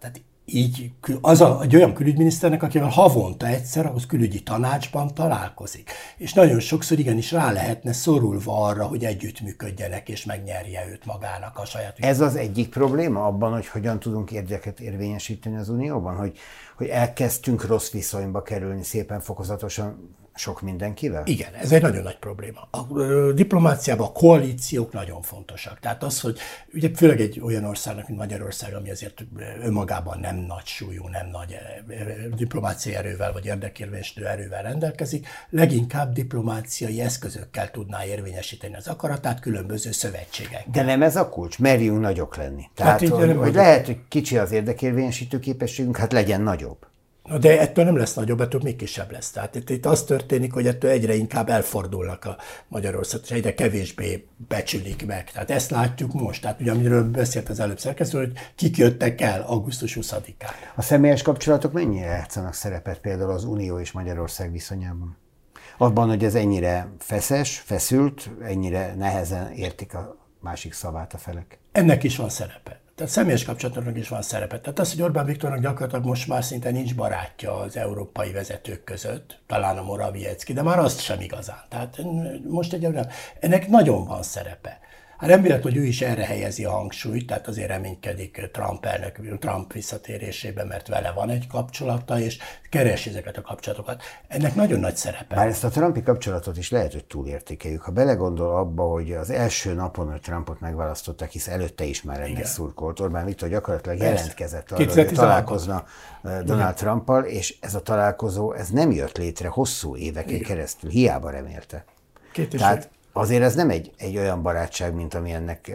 így az a, egy olyan külügyminiszternek, akivel havonta egyszer ahhoz külügyi tanácsban találkozik. És nagyon sokszor igenis rá lehetne szorulva arra, hogy együttműködjenek és megnyerje őt magának a saját... Ez az egyik probléma abban, hogy hogyan tudunk érdeket érvényesíteni az Unióban, hogy, hogy elkezdtünk rossz viszonyba kerülni szépen fokozatosan sok mindenkivel? Igen, ez egy nagyon nagy probléma. A diplomáciában a koalíciók nagyon fontosak. Tehát az, hogy ugye főleg egy olyan országnak, mint Magyarország, ami azért önmagában nem nagy súlyú, nem nagy diplomáciai erővel vagy érdekérvényesítő erővel rendelkezik, leginkább diplomáciai eszközökkel tudná érvényesíteni az akaratát különböző szövetségek. De nem ez a kulcs? Merjünk nagyok lenni. Tehát, hát hogy, hogy lehet, hogy kicsi az érdekérvényesítő képességünk, hát legyen nagyobb. De ettől nem lesz nagyobb, ettől még kisebb lesz. Tehát itt, itt az történik, hogy ettől egyre inkább elfordulnak a Magyarországot, és egyre kevésbé becsülik meg. Tehát ezt látjuk most. Tehát ugye, amiről beszélt az előbb szerkesztő, hogy kik jöttek el augusztus huszadikán. A személyes kapcsolatok mennyire játszanak szerepet például az Unió és Magyarország viszonyában? Abban, hogy ez ennyire feszes, feszült, ennyire nehezen értik a másik szavát a felek? Ennek is van szerepe. Tehát személyes kapcsolatoknak is van szerepe. Tehát az, hogy Orbán Viktornak gyakorlatilag most már szinte nincs barátja az európai vezetők között, talán a Morawiecki, de már azt sem igazán. Tehát most egyébként ennek nagyon van szerepe. Hát nem véletlen, hogy ő is erre helyezi a hangsúlyt, tehát azért reménykedik Trump elnök, Trump visszatérésében, mert vele van egy kapcsolata, és keresi ezeket a kapcsolatokat. Ennek nagyon nagy szerepe. Bár ezt a Trumpi kapcsolatot is lehet, hogy túlértékeljük. Ha belegondol abba, hogy az első napon, hogy Trumpot megválasztották, hisz előtte is már ennek szurkolt, Orbán Viktor gyakorlatilag Persze. jelentkezett arra, hogy találkozna Donald Igen. Trumpal, és ez a találkozó ez nem jött létre hosszú éveken Igen. keresztül, hiába remélte. Két Tehát azért ez nem egy, egy olyan barátság, mint ami ennek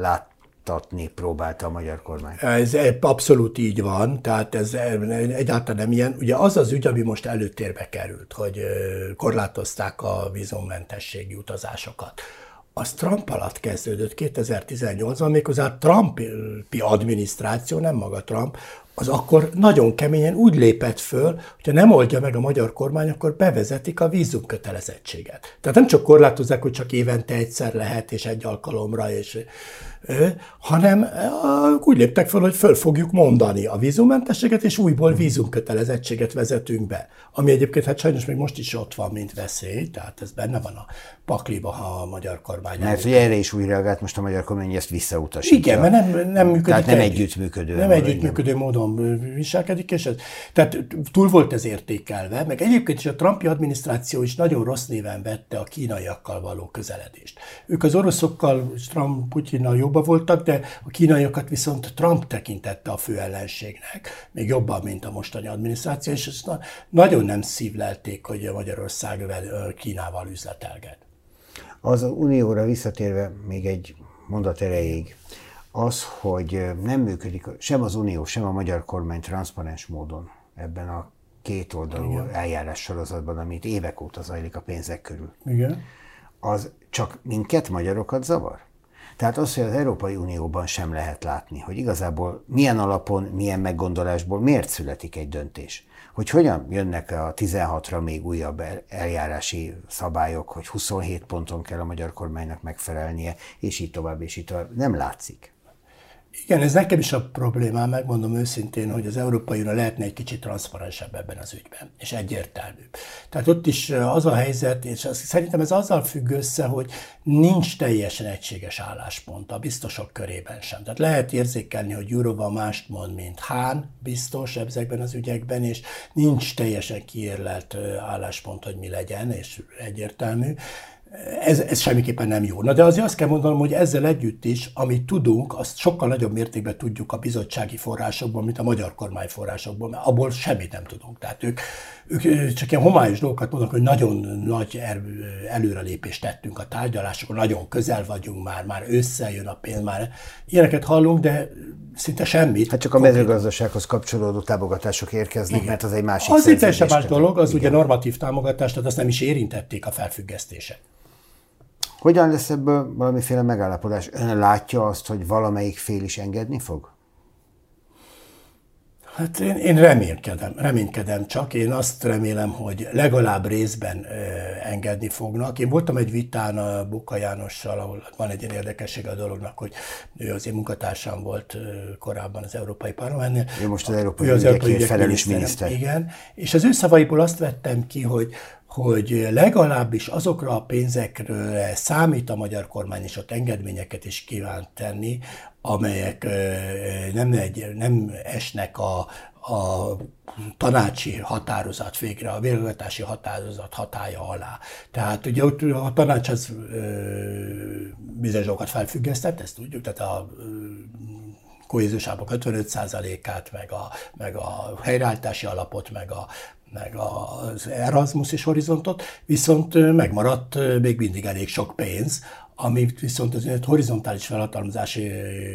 láttatni próbálta a magyar kormány. Ez abszolút így van, tehát ez egyáltalán nem ilyen. Ugye az az ügy, ami most előtérbe került, hogy korlátozták a vízummentességi utazásokat. Az Trump alatt kezdődött kétezer-tizennyolcban, méghozzá a Trumpi adminisztráció, nem maga Trump, az akkor nagyon keményen úgy lépett föl, hogyha nem oldja meg a magyar kormány, akkor bevezetik a vízumkötelezettséget. Tehát nem csak korlátozzák, hogy csak évente egyszer lehet, és egy alkalomra, és, hanem úgy léptek föl, hogy föl fogjuk mondani a vízummentességet, és újból vízumkötelezettséget vezetünk be. Ami egyébként hát sajnos még most is ott van, mint veszély, tehát ez benne van a pakliba, ha a magyar kormány... Mert hogy erre is úgy reagált most a magyar kormány, hogy ezt visszautasítja. Igen, mert nem, nem működik. Tehát nem egy, együttműködő. Nem együttműködő módon viselkedik, és ez, tehát túl volt ez értékelve, meg egyébként is a Trumpi adminisztráció is nagyon rossz néven vette a kínaiakkal való közeledést. Ők az oroszokkal, Trump, Putyinnal jobban voltak, de a kínaiakat viszont Trump tekintette a fő ellenségnek, még jobban, mint a mostani adminisztráció, és ezt nagyon nem szívlelték, hogy Magyarország Kínával üzletelget. Az Unióra visszatérve még egy mondat erejéig, az, hogy nem működik sem az Unió, sem a magyar kormány transzparens módon ebben a kétoldalú eljárás sorozatban, amit évek óta zajlik a pénzek körül. Igen. Az csak minket, magyarokat zavar? Tehát az, hogy az Európai Unióban sem lehet látni, hogy igazából milyen alapon, milyen meggondolásból miért születik egy döntés. Hogy hogyan jönnek a tizenhatra még újabb eljárási szabályok, hogy huszonhét ponton kell a magyar kormánynak megfelelnie, és így tovább, és így tovább. Nem látszik. Igen, ez nekem is a problémám, megmondom őszintén, hogy az Európai Unió lehetne egy kicsit transzparensebb ebben az ügyben, és egyértelmű. Tehát ott is az a helyzet, és szerintem ez azzal függ össze, hogy nincs teljesen egységes álláspont a biztosok körében sem. Tehát lehet érzékelni, hogy Jourova mást mond, mint Hahn biztos ezekben az ügyekben, és nincs teljesen kiérlelt álláspont, hogy mi legyen, és egyértelmű. Ez, ez semmiképpen nem jó. Na de azért azt kell mondanom, hogy ezzel együtt is, amit tudunk, azt sokkal nagyobb mértékben tudjuk a bizottsági forrásokból, mint a magyar kormány forrásokból, mert abból semmit nem tudunk. Tehát ők, ők csak ilyen homályos dolgokat mondanak, hogy nagyon nagy előrelépést tettünk a tárgyalásokon, nagyon közel vagyunk már, már összejön a pénz, már ilyeneket hallunk, de szinte semmit. Hát csak a mezőgazdasághoz kapcsolódó támogatások érkeznek, Igen. mert az egy másik az egy teljesen más dolog, az Igen. ugye normatív támogatás, tehát azt nem is érintették a felfüggesztések. Hogyan lesz ebből valamiféle megállapodás? Ön látja azt, hogy valamelyik fél is engedni fog? Hát én, én reménykedem, reménykedem csak, én azt remélem, hogy legalább részben ö, engedni fognak. Én voltam egy vitán a Buka Jánossal, ahol van egy ilyen érdekessége a dolognak, hogy ő az én munkatársam volt ö, korábban az Európai Parlamentnél. Ő most az Európai Ügyekért felelős miniszter. Igen, és az ő szavaiból azt vettem ki, hogy hogy legalábbis azokra a pénzekről számít a magyar kormány, és ott engedményeket is kíván tenni, amelyek nem, egy, nem esnek a, a tanácsi határozat végre, a végrehajtási határozat hatálya alá. Tehát ugye ott a tanács az bizonyos dolgokat felfüggesztett, ezt tudjuk, tehát a kohéziós alapok ötvenöt százalékát, meg a, meg a helyreállítási alapot, meg a meg az Erasmus és Horizontot, viszont megmaradt még mindig elég sok pénz, amit viszont az horizontális felhatalmazási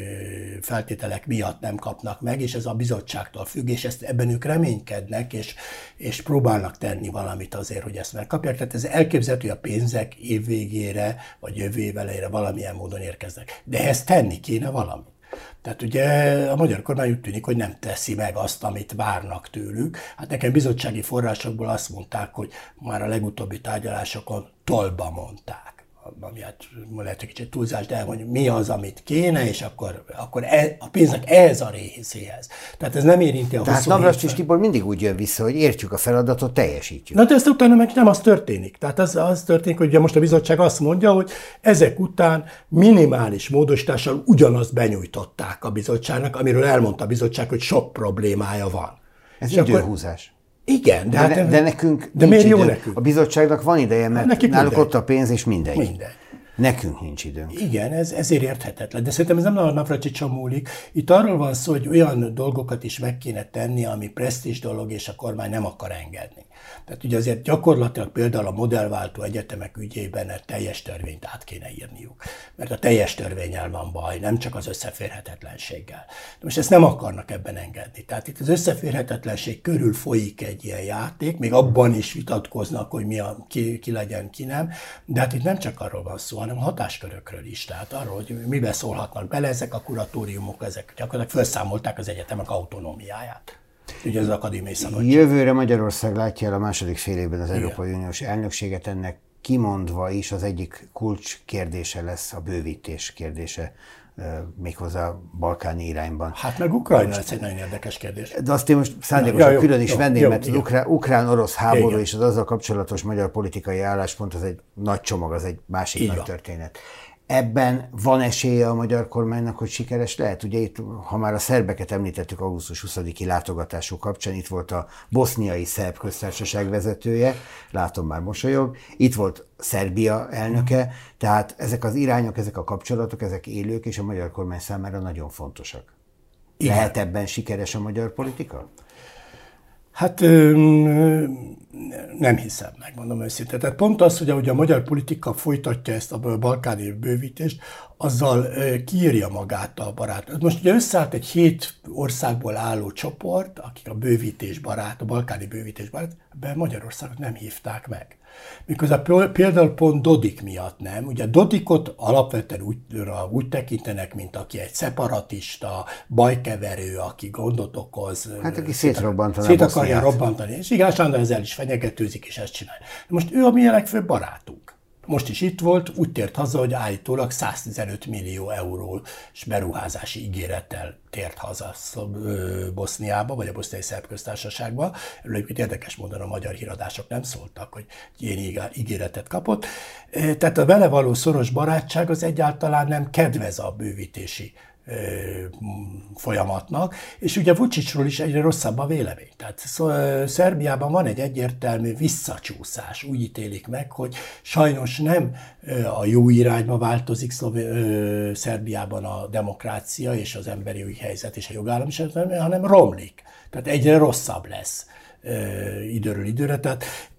feltételek miatt nem kapnak meg, és ez a bizottságtól függ, és ezt, ebben ők reménykednek, és, és próbálnak tenni valamit azért, hogy ezt megkapják. Tehát ez elképzelhető, hogy a pénzek év végére, vagy jövő év elejére valamilyen módon érkeznek. De ehhez tenni kéne valamit. Tehát ugye a magyar kormány úgy tűnik, hogy nem teszi meg azt, amit várnak tőlük. Hát nekem bizottsági forrásokból azt mondták, hogy már a legutóbbi tárgyalásokon tolba mondták. Ami hát lehet egy kicsit túlzás, de hogy mi az, amit kéne, és akkor, akkor e, a pénznek ez a részéhez. Tehát ez nem érinti a Tehát hosszú Navracsics Tibor mindig úgy jön vissza, hogy értjük a feladatot, teljesítjük. Na de ezt utána meg nem az történik. Tehát az, az történik, hogy ugye most a bizottság azt mondja, hogy ezek után minimális módosítással ugyanazt benyújtották a bizottságnak, amiről elmondta a bizottság, hogy sok problémája van. Ez és időhúzás. Akkor, igen, de, de, hát, de nekünk de miért jó idő. nekünk? A bizottságnak van ideje, mert nekik náluk mindegy. ott a pénz és mindegy. Mindegy. Nekünk nincs időnk. Igen, ez, ezért érthetetlen. De szerintem ez nem a Navracsicson múlik. Itt arról van szó, hogy olyan dolgokat is meg kéne tenni, ami presztízs dolog, és a kormány nem akar engedni. Tehát ugye azért gyakorlatilag például a modellváltó egyetemek ügyében a teljes törvényt át kéne írniuk. Mert a teljes törvénnyel van baj, nem csak az összeférhetetlenséggel. De most ezt nem akarnak ebben engedni. Tehát itt az összeférhetetlenség körül folyik egy ilyen játék, még abban is vitatkoznak, hogy mi a, ki, ki legyen, ki nem. De hát itt nem csak arról van szó, hanem a hatáskörökről is. Tehát arról, hogy mibe szólhatnak bele ezek a kuratóriumok, ezek gyakorlatilag felszámolták az egyetemek autonómiáját. Ugye az akadémiai szabadság. Jövőre Magyarország látja el a második fél évben az Európai Uniós elnökséget, ennek kimondva is az egyik kulcs kérdése lesz a bővítés kérdése, méghozzá a balkáni irányban. Hát meg Ukrajna, ez egy nagyon érdekes kérdés. De azt én most szándékosan ja, külön is jó, venném, jó, mert az ukrán, ukrán-orosz háború igen. és az azzal kapcsolatos magyar politikai álláspont, az egy nagy csomag, az egy másik így nagy van. Történet. Ebben van esélye a magyar kormánynak, hogy sikeres lehet? Ugye itt, ha már a szerbeket említettük augusztus huszadiki látogatásuk kapcsán, itt volt a boszniai szerb köztársaság vezetője, látom már mosolyog, itt volt Szerbia elnöke, tehát ezek az irányok, ezek a kapcsolatok, ezek élők, és a magyar kormány számára nagyon fontosak. Igen. Lehet ebben sikeres a magyar politika? Hát nem hiszem, megmondom őszintén. Tehát pont az, hogy ahogy a magyar politika folytatja ezt a balkáni bővítést, azzal kiírja magát a barát. Most ugye összeállt egy hét országból álló csoport, akik a bővítés barát, a balkáni bővítés barát, ebben Magyarországot nem hívták meg. Miközben például pont Dodik miatt nem. Ugye Dodikot alapvetően úgy, úgy tekintenek, mint aki egy szeparatista, bajkeverő, aki gondot okoz. Hát aki szétrobbantaná szét akarja robbantani. És igaz, de ezzel is fenyegetőzik, és ezt csinálja. Most ő a mi legfőbb barátunk. Most is itt volt, úgy tért haza, hogy állítólag száztizenöt millió eurós beruházási ígérettel tért haza Boszniába, vagy a boszniai szerb köztársaságba. Erről egyébként érdekes módon a magyar híradások nem szóltak, hogy ilyen ígéretet kapott. Tehát a vele való szoros barátság az egyáltalán nem kedvez a bővítési folyamatnak, és ugye Vučićról is egyre rosszabb a vélemény. Tehát Szerbiában van egy egyértelmű visszacsúszás. Úgy ítélik meg, hogy sajnos nem a jó irányba változik Szerbiában a demokrácia és az emberi jogi helyzet és a jogállamiság, hanem romlik. Tehát egyre rosszabb lesz időről időre. Tehát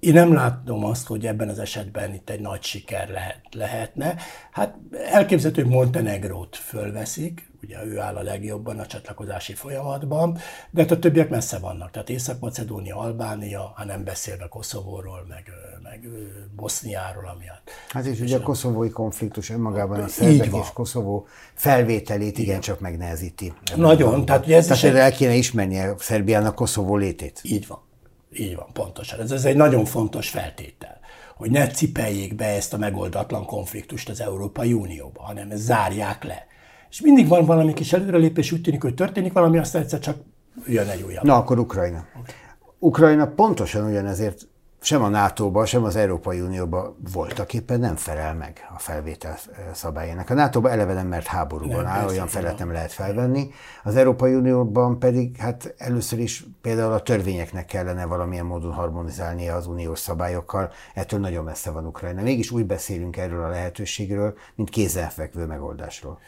Én nem látom azt, hogy ebben az esetben itt egy nagy siker lehet, lehetne. Hát elképzelhető, hogy Montenegrót fölveszik, ugye ő áll a legjobban a csatlakozási folyamatban, de hát a többiek messze vannak. Tehát Észak-Macedónia, Albánia, ha nem beszélve Koszovóról, meg, meg Boszniáról, amiatt. Hát és ugye a koszovói konfliktus önmagában a szerbek és Koszovó felvételét igencsak megnehezíti. Nagyon. Tehát, ez tehát erre el kéne ismernie Szerbiának Koszovó létét. Így van. Így van, pontosan. Ez, ez egy nagyon fontos feltétel, hogy ne cipeljék be ezt a megoldatlan konfliktust az Európai Unióba, hanem ezt zárják le. És mindig van valami kis előrelépés, úgy tűnik, hogy történik valami, aztán egyszer csak jön egy újabb. Na, akkor Ukrajna. Ukrajna pontosan ugyanezért sem a nátóba, sem az Európai Unióba voltak éppen nem felel meg a felvétel szabályának. A nátóba eleve nem mert háborúban nem, áll, olyan felet nem lehet felvenni. Az Európai Unióban pedig hát először is például a törvényeknek kellene valamilyen módon harmonizálnia az uniós szabályokkal. Ettől nagyon messze van Ukrajna. Mégis úgy beszélünk erről a lehetőségről, mint kézenfekvő megoldásról.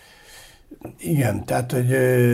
Igen, tehát hogy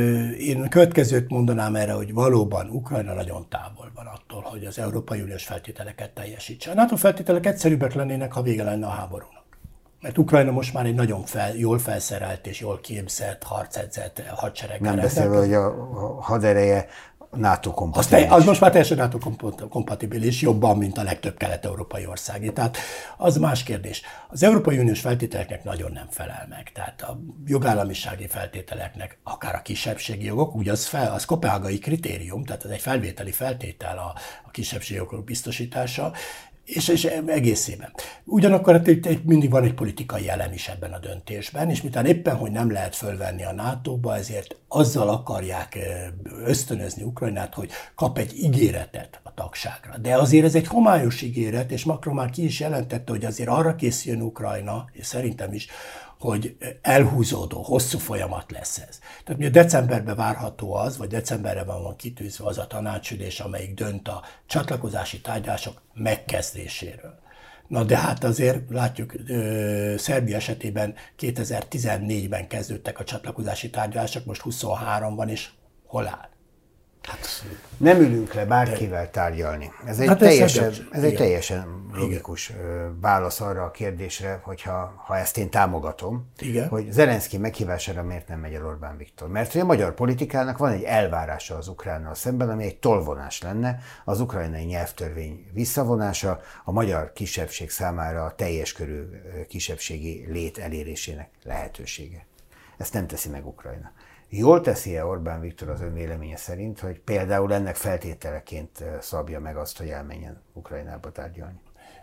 én a következőt mondanám erre, hogy valóban Ukrajna nagyon távol van attól, hogy az Európai Uniós feltételeket teljesítse. A NATO feltételek egyszerűbbek lennének, ha vége lenne a háborúnak. Mert Ukrajna most már egy nagyon fel, jól felszerelt és jól képzett, harcedzett hadsereggel. Nem beszélve, hogy a hadereje NATO kompatibilis. Az, az most már teljesen NATO kompatibilis, jobban, mint a legtöbb kelet-európai országé. Tehát az más kérdés. Az Európai Uniós feltételeknek nagyon nem felel meg. Tehát a jogállamisági feltételeknek, akár a kisebbségi jogok, ugye az, fel, az koppenhágai kritérium, tehát ez egy felvételi feltétel a, a kisebbségi jogok biztosítása, És, és egészében. Ugyanakkor hát itt mindig van egy politikai elem is ebben a döntésben, és miután éppen, hogy nem lehet fölvenni a nátóba, ezért azzal akarják ösztönözni Ukrajnát, hogy kap egy ígéretet a tagságra. De azért ez egy homályos ígéret, és Macron már ki is jelentette, hogy azért arra készüljön Ukrajna, és szerintem is, hogy elhúzódó, hosszú folyamat lesz ez. Tehát mi a decemberben várható az, vagy decemberre van kitűzve az a tanácsülés, amelyik dönt a csatlakozási tárgyalások megkezdéséről. Na de hát azért látjuk, Szerbia esetében kétezer-tizennégyben kezdődtek a csatlakozási tárgyalások, most huszonhárom van, és hol áll? Hát, nem ülünk le bárkivel tárgyalni. Ez egy, hát teljesen, ez ez egy teljesen logikus igen. válasz arra a kérdésre, hogyha ha ezt én támogatom, igen. hogy Zelenszky meghívására miért nem megy el Orbán Viktor. Mert hogy a magyar politikának van egy elvárása az Ukránnal szemben, ami egy tolvonás lenne, az ukrajnai nyelvtörvény visszavonása, a magyar kisebbség számára a teljes körű kisebbségi lét elérésének lehetősége. Ezt nem teszi meg Ukrajna. Jól teszi-e Orbán Viktor az ön véleménye szerint, hogy például ennek feltételeként szabja meg azt, hogy elmenjen Ukrajnába tárgyalni?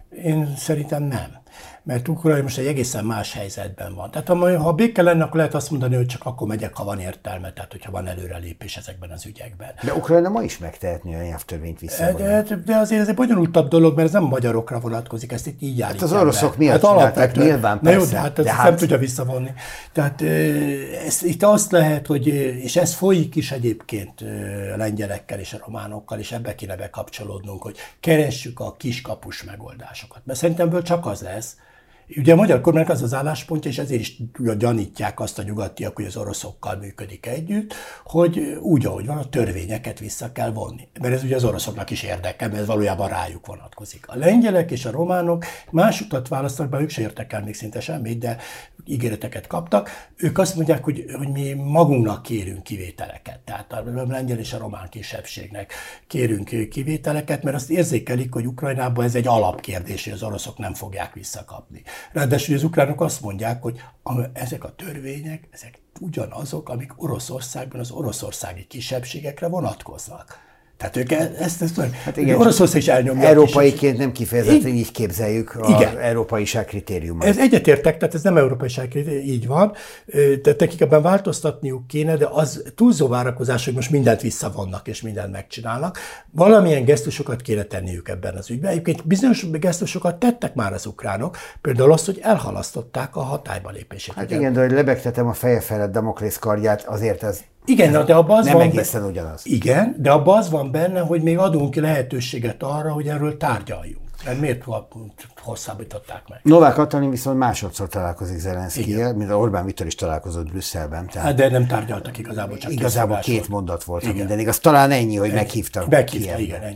Én szerintem nem. Mert Ukrajna most egy egészen más helyzetben van. Tehát ha béke lenne, akkor lehet azt mondani, hogy csak akkor megyek, ha van értelme, tehát hogyha van előrelépés ezekben az ügyekben. De Ukrajna ma is megtehetné a nyelvtörvényt visszavonni. De, de azért ez egy bonyolultabb dolog, mert ez nem a magyarokra vonatkozik, ezt itt így állítják. Hát az oroszok miatt hát csinálták, nyilván persze. Na jó, de hát ezt de hát... nem tudja visszavonni. Tehát ez, itt azt lehet, hogy, és ez folyik is egyébként a lengyelekkel és a románokkal, és ebbe kéne bekapcsolódnunk, hogy keressük a kiskapus megoldásokat. Mert szerintem ebből csak az lesz. Ugye a magyar kormánynak az az álláspontja, és ezért is gyanítják azt a nyugatiak, hogy az oroszokkal működik együtt, hogy úgy, ahogy van, a törvényeket vissza kell vonni. Mert ez ugye az oroszoknak is érdeke, mert ez valójában rájuk vonatkozik. A lengyelek és a románok más utat választanak, bár ők se értek el még szinte semmit, de ígéreteket kaptak. Ők azt mondják, hogy, hogy mi magunknak kérünk kivételeket. Tehát a lengyel és a román kisebbségnek kérünk kivételeket, mert azt érzékelik, hogy Ukrajnában ez egy alapkérdés, hogy az oroszok nem fogják visszakapni. Ráadásul az ukránok azt mondják, hogy ezek a törvények, ezek ugyanazok, amik Oroszországban az oroszországi kisebbségekre vonatkoznak. Tehát ők ezt, ezt hát igen, Oroszország is elnyomják. Európaiként nem kifejezetten így képzeljük az európaiság kritériumot. Ez egyetértek, tehát ez nem európaiság kritérium, így van. Tehát nekik ebben változtatniuk kéne, de az túlzó várakozás, hogy most mindent visszavonnak és mindent megcsinálnak. Valamilyen gesztusokat kéne tenniük ebben az ügyben. Egyébként bizonyos gesztusokat tettek már az ukránok, például azt, hogy elhalasztották a hatályba lépését. Hát igen, de hogy lebegtetem a feje felett Damoklész kardját, azért ez Igen, de abban az nem van egészen be... ugyanaz. Igen, de abban az van benne, hogy még adunk lehetőséget arra, hogy erről tárgyaljunk. Mert miért hosszabbították meg? Novák Katalin viszont másodszor találkozik Zelenszkijjel, mint Orbán Viktor is találkozott Brüsszelben. Tehát hát de nem tárgyaltak igazából, csak igazából két mondat volt, ha minden igaz. Talán ennyi, hogy meghívtak. Meghívta, igen, ennyi volt.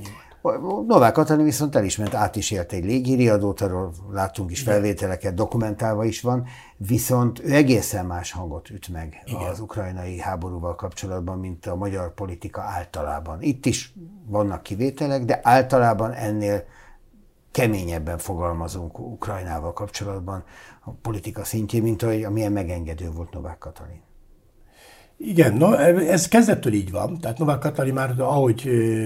Novák Katalin viszont el is ment, át is élt egy légiriadót, arról láttunk is felvételeket, dokumentálva is van, viszont ő egészen más hangot üt meg Igen. az ukrajnai háborúval kapcsolatban, mint a magyar politika általában. Itt is vannak kivételek, de általában ennél keményebben fogalmazunk Ukrajnával kapcsolatban a politika szintjén, mint ahogy amilyen megengedő volt Novák Katalin. Igen, no, ez kezdettől így van. Tehát Novák Katalin már, ahogy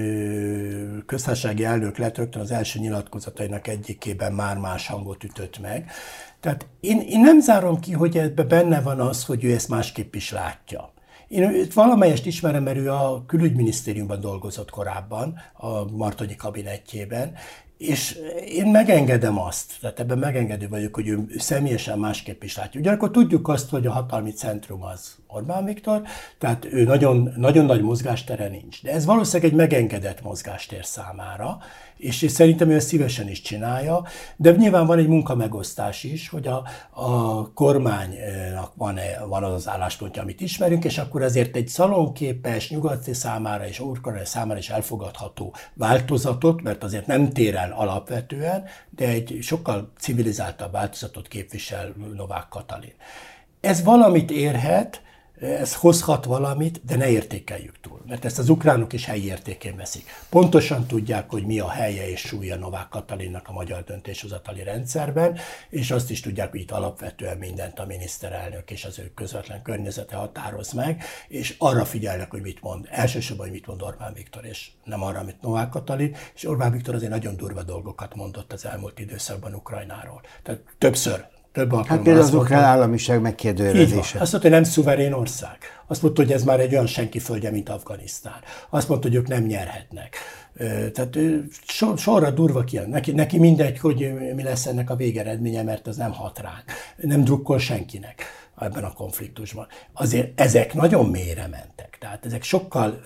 köztársasági elnök lett, rögtön az első nyilatkozatainak egyikében már más hangot ütött meg. Tehát én, én nem zárom ki, hogy ebben benne van az, hogy ő ezt másképp is látja. Én őt valamelyest ismerem, mert ő a külügyminisztériumban dolgozott korábban, a Martonyi kabinettjében, és én megengedem azt, tehát ebben megengedő vagyok, hogy ő személyesen másképp is látja. Ugyanakkor tudjuk azt, hogy a hatalmi centrum az Orbán Viktor, tehát ő nagyon, nagyon nagy mozgástere nincs. De ez valószínűleg egy megengedett mozgástér számára, és szerintem ő ezt szívesen is csinálja, de nyilván van egy munkamegosztás is, hogy a, a kormánynak van, van az az álláspontja, amit ismerünk, és akkor ezért egy szalonképes, nyugati számára és Ukrajna számára is elfogadható változatot, mert azért nem tér el alapvetően, de egy sokkal civilizáltabb változatot képvisel Novák Katalin. Ez valamit érhet, ez hozhat valamit, de ne értékeljük túl, mert ezt az ukránok is helyi értékén veszik. Pontosan tudják, hogy mi a helye és súlya Novák Katalinnak a magyar döntéshozatali rendszerben, és azt is tudják, hogy itt alapvetően mindent a miniszterelnök és az ő közvetlen környezete határoz meg, és arra figyelnek, hogy mit mond. Elsősorban, hogy mit mond Orbán Viktor, és nem arra, amit Novák Katalin, és Orbán Viktor azért nagyon durva dolgokat mondott az elmúlt időszakban Ukrajnáról. Tehát többször. Több hát például az ukrán államiság megkérdőjelezése. Azt mondta, hogy nem szuverén ország. Azt mondta, hogy ez már egy olyan senki földje, mint Afganisztán. Azt mondta, hogy ők nem nyerhetnek. Tehát sor, sorra durva kijön. Neki, neki mindegy, hogy mi lesz ennek a végeredménye, mert az nem hat ránk. Nem drukkol senkinek ebben a konfliktusban. Azért ezek nagyon mélyre mentek. Tehát ezek sokkal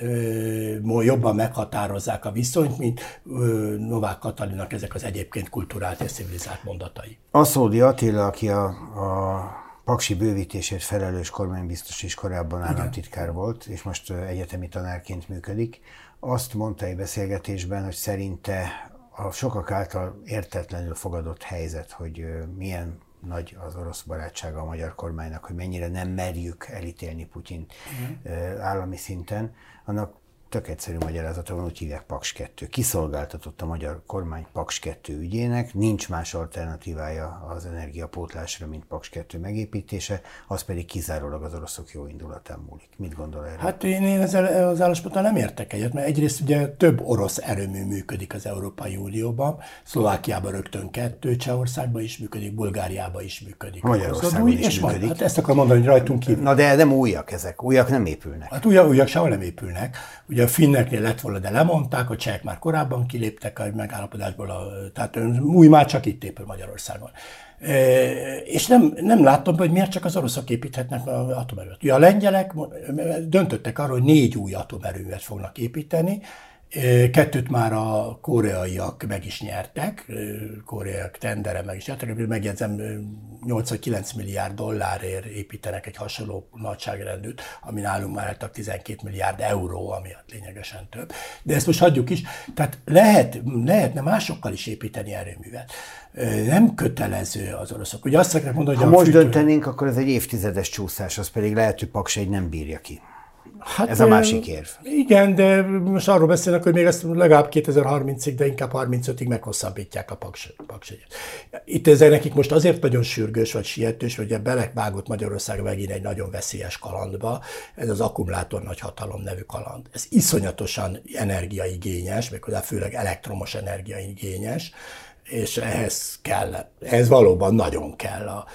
ö, jobban meghatározzák a viszonyt, mint ö, Novák Katalinnak ezek az egyébként kulturált és civilizált mondatai. Aszódi Attila, aki a, a paksi bővítésért felelős kormánybiztos is korábban államtitkár volt, és most egyetemi tanárként működik, azt mondta egy beszélgetésben, hogy szerinte a sokak által értetlenül fogadott helyzet, hogy milyen nagy az orosz barátsága a magyar kormánynak, hogy mennyire nem merjük elítélni Putyint uh-huh. állami szinten, annak tök egyszerű magyarázata van, úgy hívják Paks kettő. Kiszolgáltatott a magyar kormány Paks kettő ügyének, nincs más alternatívája az energiapótlásra, mint Paks kettő megépítése, az pedig kizárólag az oroszok jó indulatán múlik. Mit gondol erről? Hát én, én ezzel az állásponttal nem értek egyet, mert egyrészt ugye több orosz erőmű működik az Európai Unióban, Szlovákiában rögtön kettő, Csehországban is működik, Bulgáriában is működik. Magyarországon is és működik. Hát ezt akarom mondani, hogy rajtunk kívül. Na de nem újak ezek, újak nem épülnek. Hát újak, újak sehol nem épülnek. Ugye a finneknél lett volna, de lemondták, a csehek már korábban kiléptek a megállapodásból, a, tehát új már csak itt épül Magyarországon. E, és nem, nem látom, hogy miért csak az oroszok építhetnek atomerőt. Ugye a lengyelek döntöttek arról, hogy négy új atomerővet fognak építeni, kettőt már a koreaiak meg is nyertek, koreaiak tendere meg is nyertek, megjegyzem, nyolc vagy kilenc milliárd dollárért építenek egy hasonló nagyságrendűt, ami nálunk már eltak tizenkét milliárd euró, ami lényegesen több. De ezt most hagyjuk is. Tehát lehet, lehetne másokkal is építeni erőművet. Nem kötelező az oroszok. Ugye azt szeretnék mondani, hogy ha a most fűtő... döntenénk, akkor ez egy évtizedes csúszás, az pedig lehet, hogy Paks egy nem bírja ki. Hát, ez a másik érv. Igen, de most arról beszélnek, hogy még ezt legalább kétezer-harmincig, de inkább harmincötig meghosszabbítják a paksegyet. Itt ez nekik most azért nagyon sürgős vagy sietős, hogy belevágott Magyarország megint egy nagyon veszélyes kalandba, ez az akkumulátor nagyhatalom nevű kaland. Ez iszonyatosan energiaigényes, méghozzá főleg elektromos energiaigényes, és ehhez kell, ehhez valóban nagyon kell a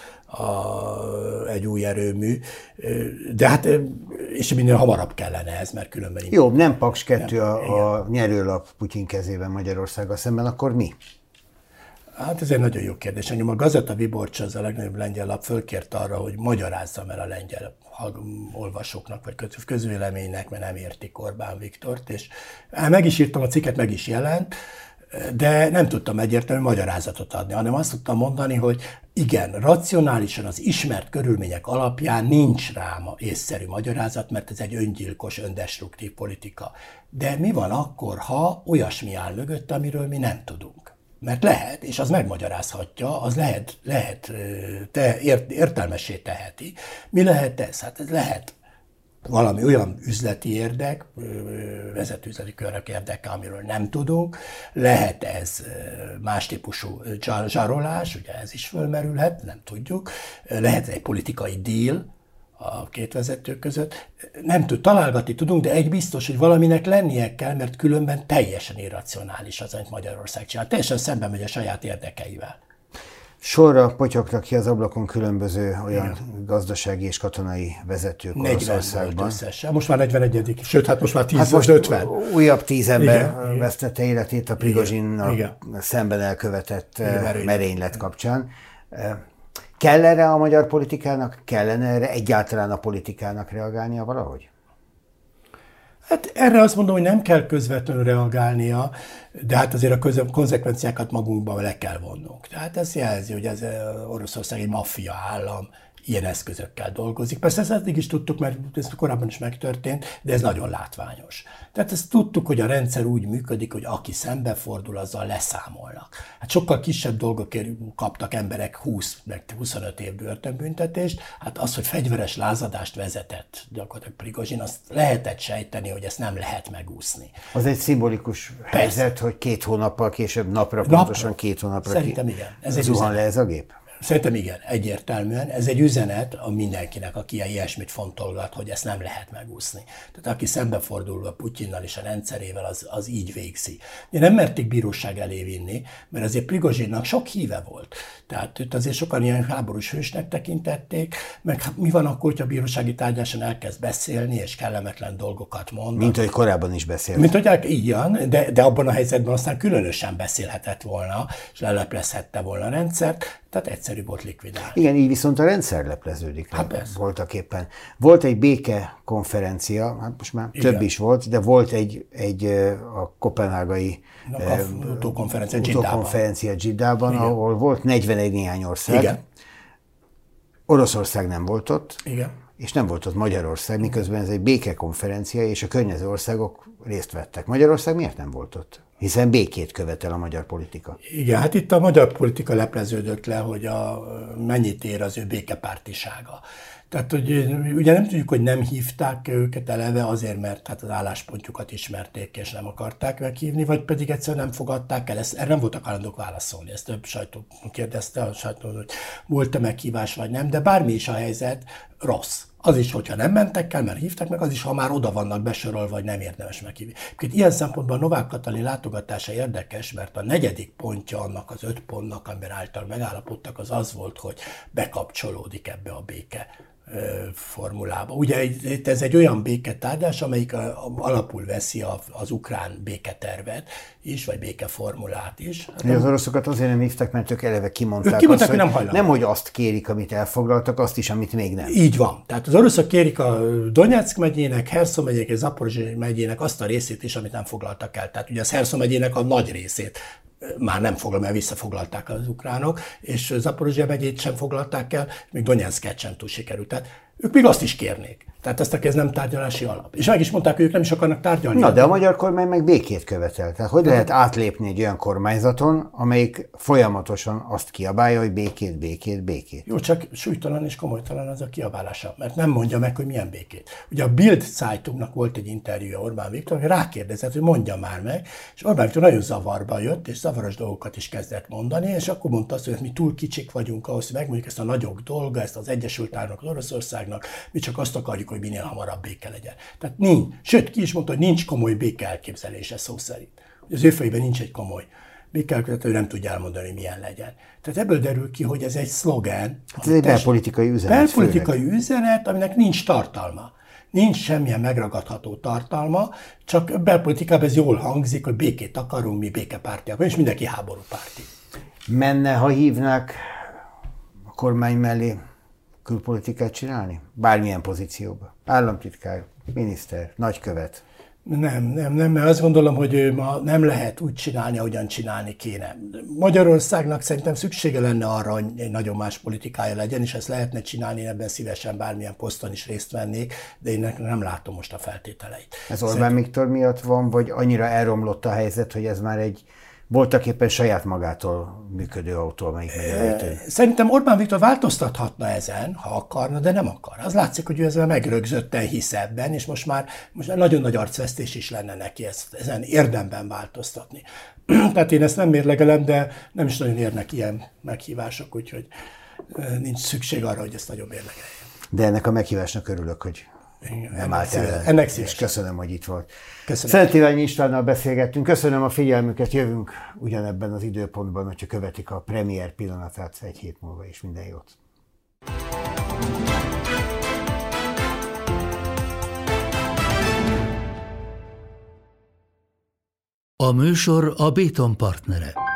A, egy új erőmű, de hát, és minél hamarabb kellene ez, mert különben... Jó, nem Paks kettő a, a nyerőlap Putyin kezében Magyarországgal szemben, akkor mi? Hát ez egy nagyon jó kérdés. Engem a Gazeta Viborcsa, az a legnagyobb lengyel lap, fölkért arra, hogy magyarázzam el a lengyel olvasóknak, vagy közvéleménynek, mert nem értik Orbán Viktort, és meg is írtam a cikket, meg is jelent. de nem tudtam egyértelmű magyarázatot adni, hanem azt tudtam mondani, hogy igen, racionálisan az ismert körülmények alapján nincs rá észszerű magyarázat, mert ez egy öngyilkos, öndestruktív politika. De mi van akkor, ha olyasmi áll mögött, amiről mi nem tudunk? Mert lehet, és az megmagyarázhatja, az lehet, lehet te, ért, értelmessé teheti. Mi lehet ez? Hát ez lehet valami olyan üzleti érdek, vezető üzleti körök érdeke, amiről nem tudunk. Lehet ez más típusú zsarolás, ugye ez is fölmerülhet, nem tudjuk. Lehet egy politikai deal a két vezető között. Nem tud, találgatni tudunk, de egy biztos, hogy valaminek lennie kell, mert különben teljesen irracionális az, amit Magyarország csinál. Teljesen szemben megy a saját érdekeivel. Sorra potyogtak ki az ablakon különböző olyan igen. gazdasági és katonai vezetők Oroszországban. Összesen. Most már negyvenegyedik Sőt, hát most már tíz, hát most ötven. Újabb tíz ember igen, vesztette életét a Prigozsinnal szemben elkövetett igen, merénylet kapcsán. Kell erre a magyar politikának, kellene erre egyáltalán a politikának reagálnia valahogy? Hát erre azt mondom, hogy nem kell közvetlenül reagálnia, de hát azért a köze- konzekvenciákat magunkban le kell vonnunk. Tehát ez jelzi, hogy ez Oroszország egy maffia állam, ilyen eszközökkel dolgozik. Persze ezt eddig is tudtuk, mert ez korábban is megtörtént, de ez nagyon látványos. Tehát ezt tudtuk, hogy a rendszer úgy működik, hogy aki szembefordul, azzal leszámolnak. Hát sokkal kisebb dolgokért kaptak emberek húsz meg huszonöt év börtönbüntetést, hát az, hogy fegyveres lázadást vezetett gyakorlatilag Prigozsin, azt lehetett sejteni, hogy ezt nem lehet megúszni. Az egy szimbolikus helyzet, Persze. hogy két hónappal később, napra, napra pontosan két hónapra Szerintem ki... igen. Ez zuhan le ez a gép? Szerintem igen, egyértelműen. Ez egy üzenet a mindenkinek, aki ilyesmit fontolgat, hogy ezt nem lehet megúszni. Tehát aki szembefordul a Putyinnal és a rendszerével, az, az így végzi. De nem merték bíróság elé vinni, mert azért Prigozsinnak sok híve volt. Tehát őt azért sokan ilyen háborús hősnek tekintették, meg mi van akkor, hogyha a bírósági tárgyaláson elkezd beszélni, és kellemetlen dolgokat mond. Mint hogy korábban is beszélt. Mint hogy igen, de, de abban a helyzetben aztán különösen beszélhetett volna, és leleplezhette volna a rendszert, tehát egyszerű volt likvidálni. Igen, így viszont a rendszer lepleződik. Hát voltak éppen. Volt egy béke konferencia, hát most már igen. több is volt, de volt egy, egy a kopenhágai utókonferencia utókonferencia Dzsiddában, ahol volt negyvenegy néhány ország. Igen. Oroszország nem volt ott, igen. és nem volt ott Magyarország, miközben ez egy békekonferencia, és a környező országok részt vettek. Magyarország miért nem volt ott? Hiszen békét követel a magyar politika. Igen, hát itt a magyar politika lepleződött le, hogy a, mennyit ér az ő békepártisága. Tehát, hogy ugye nem tudjuk, hogy nem hívták őket eleve azért, mert hát az álláspontjukat ismerték, és nem akarták meghívni, vagy pedig egyszerűen nem fogadták el. Ezt, erre nem voltak hajlandók válaszolni. Ezt több sajtó kérdezte, a sajtó, hogy volt-e meghívás, vagy nem, de bármi is a helyzet, rossz. Az is, hogyha nem mentek el, mert hívták meg, az is, ha már oda vannak besorolva, vagy nem érdemes meghívni. Ilyen szempontból Novák Katalin látogatása érdekes, mert a negyedik pontja annak az öt pontnak, amiben által megállapodtak, az az volt, hogy bekapcsolódik ebbe a béke formulába. Ugye itt ez egy olyan béketárgyalás, amelyik alapul veszi az ukrán béketervet is, vagy békeformulát is. Hát az oroszokat azért nem hívtak, mert ők eleve kimondták, ők kimondták azt, hogy nem, hogy nem, hogy azt kérik, amit elfoglaltak, azt is, amit még nem. Így van. Tehát az oroszok kérik a Donyeck megyének, Herszon megyének és Zaporizszsja megyének azt a részét is, amit nem foglaltak el. Tehát ugye az Herszon megyének a nagy részét már nem foglal, mert visszafoglalták az ukránok, és Zaporizszsja megyét sem foglalták el, még Donyecket sem túl sikerült. Tehát ők még azt is kérnék. Tehát ezt ez nem tárgyalási alap. És meg is mondták, hogy ők nem is akarnak tárgyalni. Na, de a magyar kormány meg békét követel. Tehát hogy lehet átlépni egy olyan kormányzaton, amelyik folyamatosan azt kiabálja, hogy békét, békét, békét? Jó, csak súlytalan és komolytalan az a kiabálása, mert nem mondja meg, hogy milyen békét. Ugye a Bild Zeitungnak volt egy interjúja Orbán Viktor, hogy rákérdezett, hogy mondja már meg, és Orbán Viktor nagyon zavarba jött, és zavaros dolgokat is kezdett mondani, és akkor mondta azt, hogy mi túl kicsik vagyunk ahhoz, hogy megmondjuk ezt a nagyok dolga, ezt az Egyesült Államok, az Oroszországnak, mi csak azt akarjuk, hogy minél hamarabb béke legyen. Tehát nincs, sőt, ki is mondta, hogy nincs komoly béke elképzelése szó szerint. Az ő fejében nincs egy komoly béke elképzelése, ő nem tudja elmondani, hogy milyen legyen. Tehát ebből derül ki, hogy ez egy szlogán. Hát ez egy belpolitikai üzenet. Belpolitikai főleg. üzenet, aminek nincs tartalma. Nincs semmilyen megragadható tartalma, csak belpolitikában ez jól hangzik, hogy békét akarunk, mi békepártiak, és mindenki háborúpárti. Menne, ha hívnák a kormány mellé külpolitikát csinálni? Bármilyen pozícióban. Államtitkár, miniszter, nagykövet. Nem, nem, nem, mert azt gondolom, hogy ma nem lehet úgy csinálni, ahogyan csinálni kéne. Magyarországnak szerintem szüksége lenne arra, hogy egy nagyon más politikája legyen, és ezt lehetne csinálni, ebben szívesen bármilyen poszton is részt vennék, de én nem látom most a feltételeit. Ez Orbán Viktor miatt van, vagy annyira elromlott a helyzet, hogy ez már egy voltak éppen saját magától működő autó, amelyik megelőtő? Szerintem Orbán Viktor változtathatna ezen, ha akarna, de nem akar. Az látszik, hogy ő ezzel megrögzötten hisz ebben, és most már most nagyon nagy arcvesztés is lenne neki ezt, ezen érdemben változtatni. Tehát én ezt nem mérlegelem, de nem is nagyon érnek ilyen meghívások, úgyhogy nincs szükség arra, hogy ezt nagyon mérlegeljem. De ennek a meghívásnak örülök, hogy Igen, nem állt el. Ennek és köszönöm, hogy itt volt. Köszönöm. Szent Iványi Istvánnal beszélgettünk. Köszönöm a figyelmüket, jövünk ugyanebben az időpontban, hogyha követik a premier pillanatát egy hét múlva is. Minden jót! A műsor a Béton partnere.